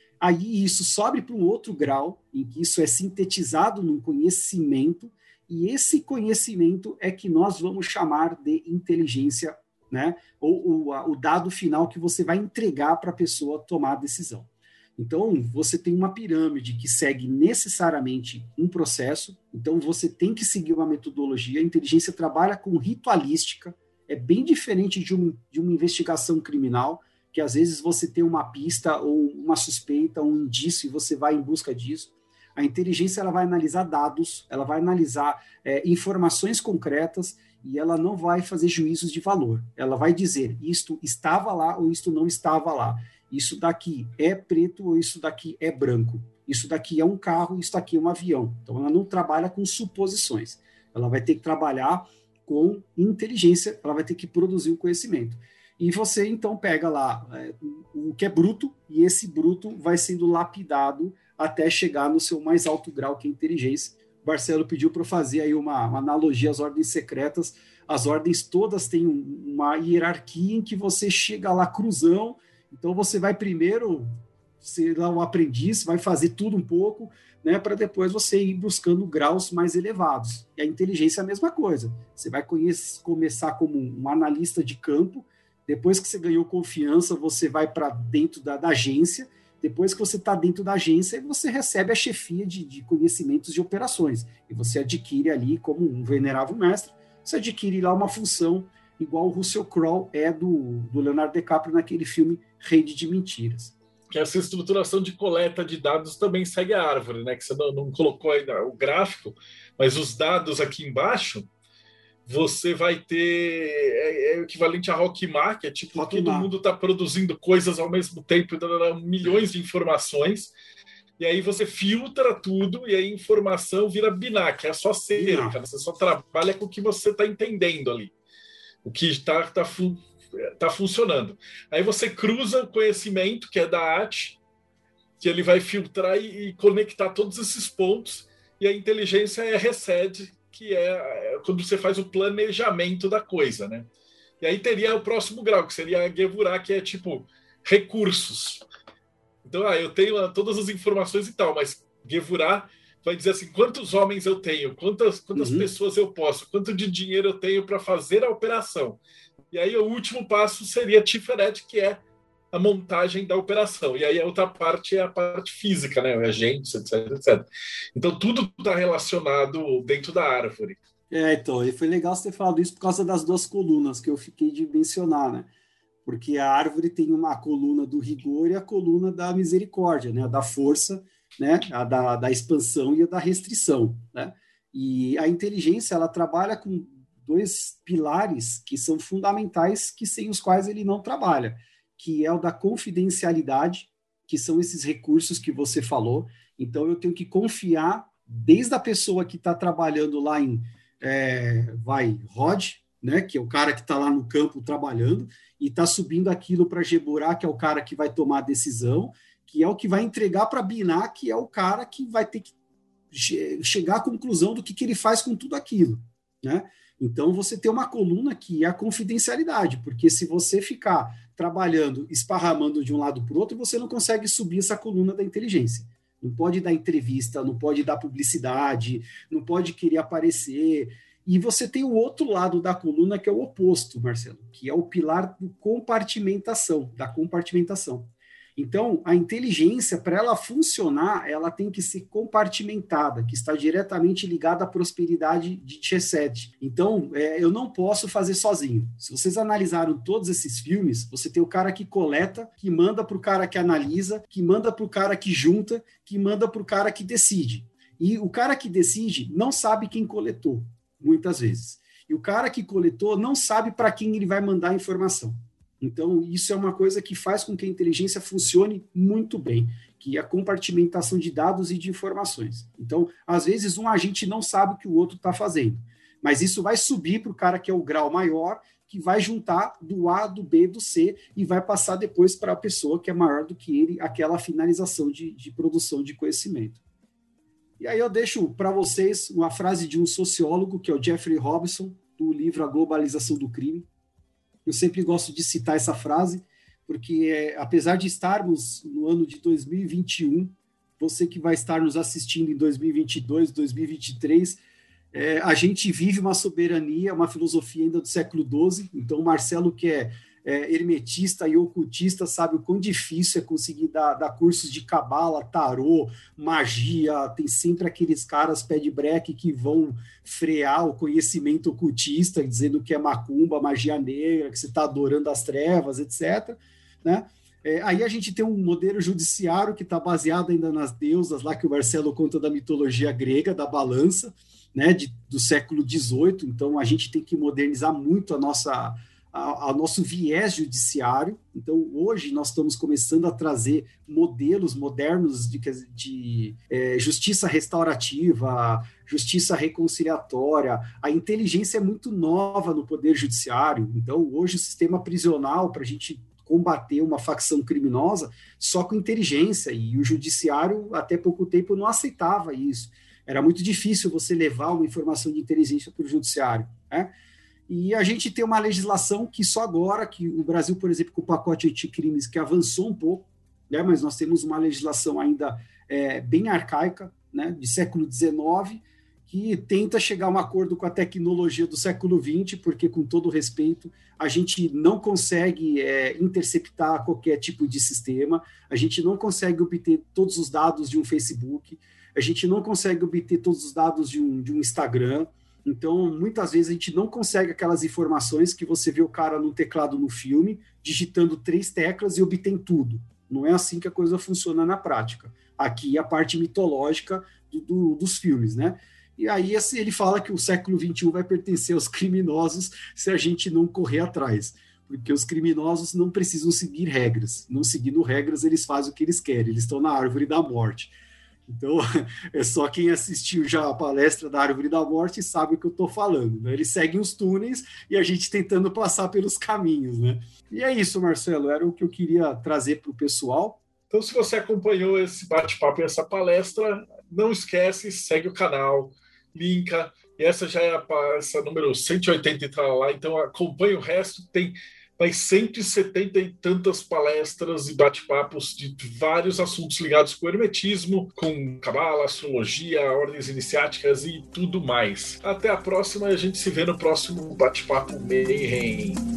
aí isso sobe para um outro grau, em que isso é sintetizado num conhecimento, e esse conhecimento é que nós vamos chamar de inteligência, né? Ou, ou a, o dado final que você vai entregar para a pessoa tomar a decisão. Então, você tem uma pirâmide que segue necessariamente um processo, então você tem que seguir uma metodologia, a inteligência trabalha com ritualística, é bem diferente de, um, de uma investigação criminal, que às vezes você tem uma pista ou uma suspeita, um indício, e você vai em busca disso. A inteligência ela vai analisar dados, ela vai analisar é, informações concretas, e ela não vai fazer juízos de valor. Ela vai dizer, isto estava lá ou isto não estava lá. Isso daqui é preto ou isso daqui é branco. Isso daqui é um carro, isso daqui é um avião. Então, ela não trabalha com suposições. Ela vai ter que trabalhar com com inteligência, ela vai ter que produzir o conhecimento. E você, então, pega lá é, o que é bruto, e esse bruto vai sendo lapidado até chegar no seu mais alto grau, que é inteligência. O Marcelo pediu para eu fazer aí uma, uma analogia às ordens secretas. As ordens todas têm um, uma hierarquia em que você chega lá cruzão, então você vai primeiro ser lá um aprendiz, vai fazer tudo um pouco, né, para depois você ir buscando graus mais elevados. E a inteligência é a mesma coisa. Você vai conhecer, começar como um analista de campo, depois que você ganhou confiança, você vai para dentro da, da agência, depois que você está dentro da agência, você recebe a chefia de, de conhecimentos de operações, e você adquire ali, como um venerável mestre, você adquire lá uma função igual o Russell Crowe é do, do Leonardo DiCaprio naquele filme Rede de Mentiras. Que essa estruturação de coleta de dados também segue a árvore, né? Que você não, não colocou ainda o gráfico, mas os dados aqui embaixo, você vai ter... É, é o equivalente a Rockmar, que é tipo, Rockmar. Todo mundo está produzindo coisas ao mesmo tempo, milhões de informações, e aí você filtra tudo, e aí a informação vira binar, que é só cerca, você só trabalha com o que você está entendendo ali, o que está tá, tá funcionando. Aí você cruza o conhecimento, que é da A T, que ele vai filtrar e, e conectar todos esses pontos, e a inteligência é a RECED, que é quando você faz o planejamento da coisa, né? E aí teria o próximo grau, que seria a Gevurah, que é tipo recursos. Então, ah, eu tenho todas as informações e tal, mas Gevurah vai dizer assim, quantos homens eu tenho, quantas, quantas uhum. pessoas eu posso, quanto de dinheiro eu tenho para fazer a operação. E aí o último passo seria Tiferet, que é a montagem da operação. E aí a outra parte é a parte física, né? Agentes, etc, etcétera. Então tudo está relacionado dentro da árvore. É, então, e foi legal você ter falado isso por causa das duas colunas que eu fiquei de mencionar, né? Porque a árvore tem uma coluna do rigor e a coluna da misericórdia, né? A da força, né? A da, da expansão e a da restrição, né? E a inteligência, ela trabalha com dois pilares que são fundamentais, que sem os quais ele não trabalha, que é o da confidencialidade, que são esses recursos que você falou. Então, eu tenho que confiar desde a pessoa que está trabalhando lá em, é, vai, Rod, né, que é o cara que está lá no campo trabalhando, e está subindo aquilo para Gevurah, que é o cara que vai tomar a decisão, que é o que vai entregar para Binah, que é o cara que vai ter que chegar à conclusão do que, que ele faz com tudo aquilo, né? Então, você tem uma coluna que é a confidencialidade, porque se você ficar trabalhando, esparramando de um lado para o outro, você não consegue subir essa coluna da inteligência. Não pode dar entrevista, não pode dar publicidade, não pode querer aparecer. E você tem o outro lado da coluna, que é o oposto, Marcelo, que é o pilar do compartimentação, da compartimentação. Então, a inteligência, para ela funcionar, ela tem que ser compartimentada, que está diretamente ligada à prosperidade de Chesed. Então, é, eu não posso fazer sozinho. Se vocês analisaram todos esses filmes, você tem o cara que coleta, que manda para o cara que analisa, que manda para o cara que junta, que manda para o cara que decide. E o cara que decide não sabe quem coletou, muitas vezes. E o cara que coletou não sabe para quem ele vai mandar a informação. Então, isso é uma coisa que faz com que a inteligência funcione muito bem, que é a compartimentação de dados e de informações. Então, às vezes, um agente não sabe o que o outro está fazendo, mas isso vai subir para o cara que é o grau maior, que vai juntar do A, do B, do C, e vai passar depois para a pessoa que é maior do que ele, aquela finalização de, de produção de conhecimento. E aí eu deixo para vocês uma frase de um sociólogo, que é o Jeffrey Robinson, do livro A Globalização do Crime. Eu sempre gosto de citar essa frase, porque é, apesar de estarmos no ano de dois mil e vinte e um, você que vai estar nos assistindo em dois mil e vinte e dois, dois mil e vinte e três, é, a gente vive uma soberania, uma filosofia ainda do século doze, então o Marcelo, que é, é hermetista e ocultista, sabe o quão difícil é conseguir dar, dar cursos de cabala, tarô, magia, tem sempre aqueles caras pé de breque que vão frear o conhecimento ocultista, dizendo que é macumba, magia negra, que você está adorando as trevas, etcétera, né? É, aí a gente tem um modelo judiciário que está baseado ainda nas deusas, lá que o Marcelo conta da mitologia grega, da balança, né, de, do século dezoito, então a gente tem que modernizar muito a nossa, ao nosso viés judiciário. Então, hoje, nós estamos começando a trazer modelos modernos de, de é, justiça restaurativa, justiça reconciliatória. A inteligência é muito nova no Poder Judiciário. Então, hoje, o sistema prisional, para a gente combater uma facção criminosa, só com inteligência. E o Judiciário, até pouco tempo, não aceitava isso. Era muito difícil você levar uma informação de inteligência para o Judiciário, né? E a gente tem uma legislação que só agora, que o Brasil, por exemplo, com o pacote anticrimes, que avançou um pouco, né, mas nós temos uma legislação ainda é, bem arcaica, né, de século dezenove, que tenta chegar a um acordo com a tecnologia do século vinte, porque, com todo respeito, a gente não consegue é, interceptar qualquer tipo de sistema, a gente não consegue obter todos os dados de um Facebook, a gente não consegue obter todos os dados de um, de um Instagram. Então, muitas vezes, a gente não consegue aquelas informações que você vê o cara no teclado no filme, digitando três teclas e obtém tudo. Não é assim que a coisa funciona na prática. Aqui é a parte mitológica do, do, dos filmes, né? E aí ele fala que o século vinte e um vai pertencer aos criminosos se a gente não correr atrás. Porque os criminosos não precisam seguir regras. Não seguindo regras, eles fazem o que eles querem. Eles estão na árvore da morte. Então, é só quem assistiu já a palestra da Árvore da Morte sabe o que eu estou falando, né? Eles seguem os túneis e a gente tentando passar pelos caminhos, né? E é isso, Marcelo, era o que eu queria trazer para o pessoal. Então, se você acompanhou esse bate-papo e essa palestra, não esquece, segue o canal, linka, e essa já é a essa número cento e oitenta e tal lá, então acompanhe o resto, tem mais cento e setenta e tantas palestras e bate-papos de vários assuntos ligados com o hermetismo, com cabala, astrologia, ordens iniciáticas e tudo mais. Até a próxima e a gente se vê no próximo Bate-Papo Mayhem.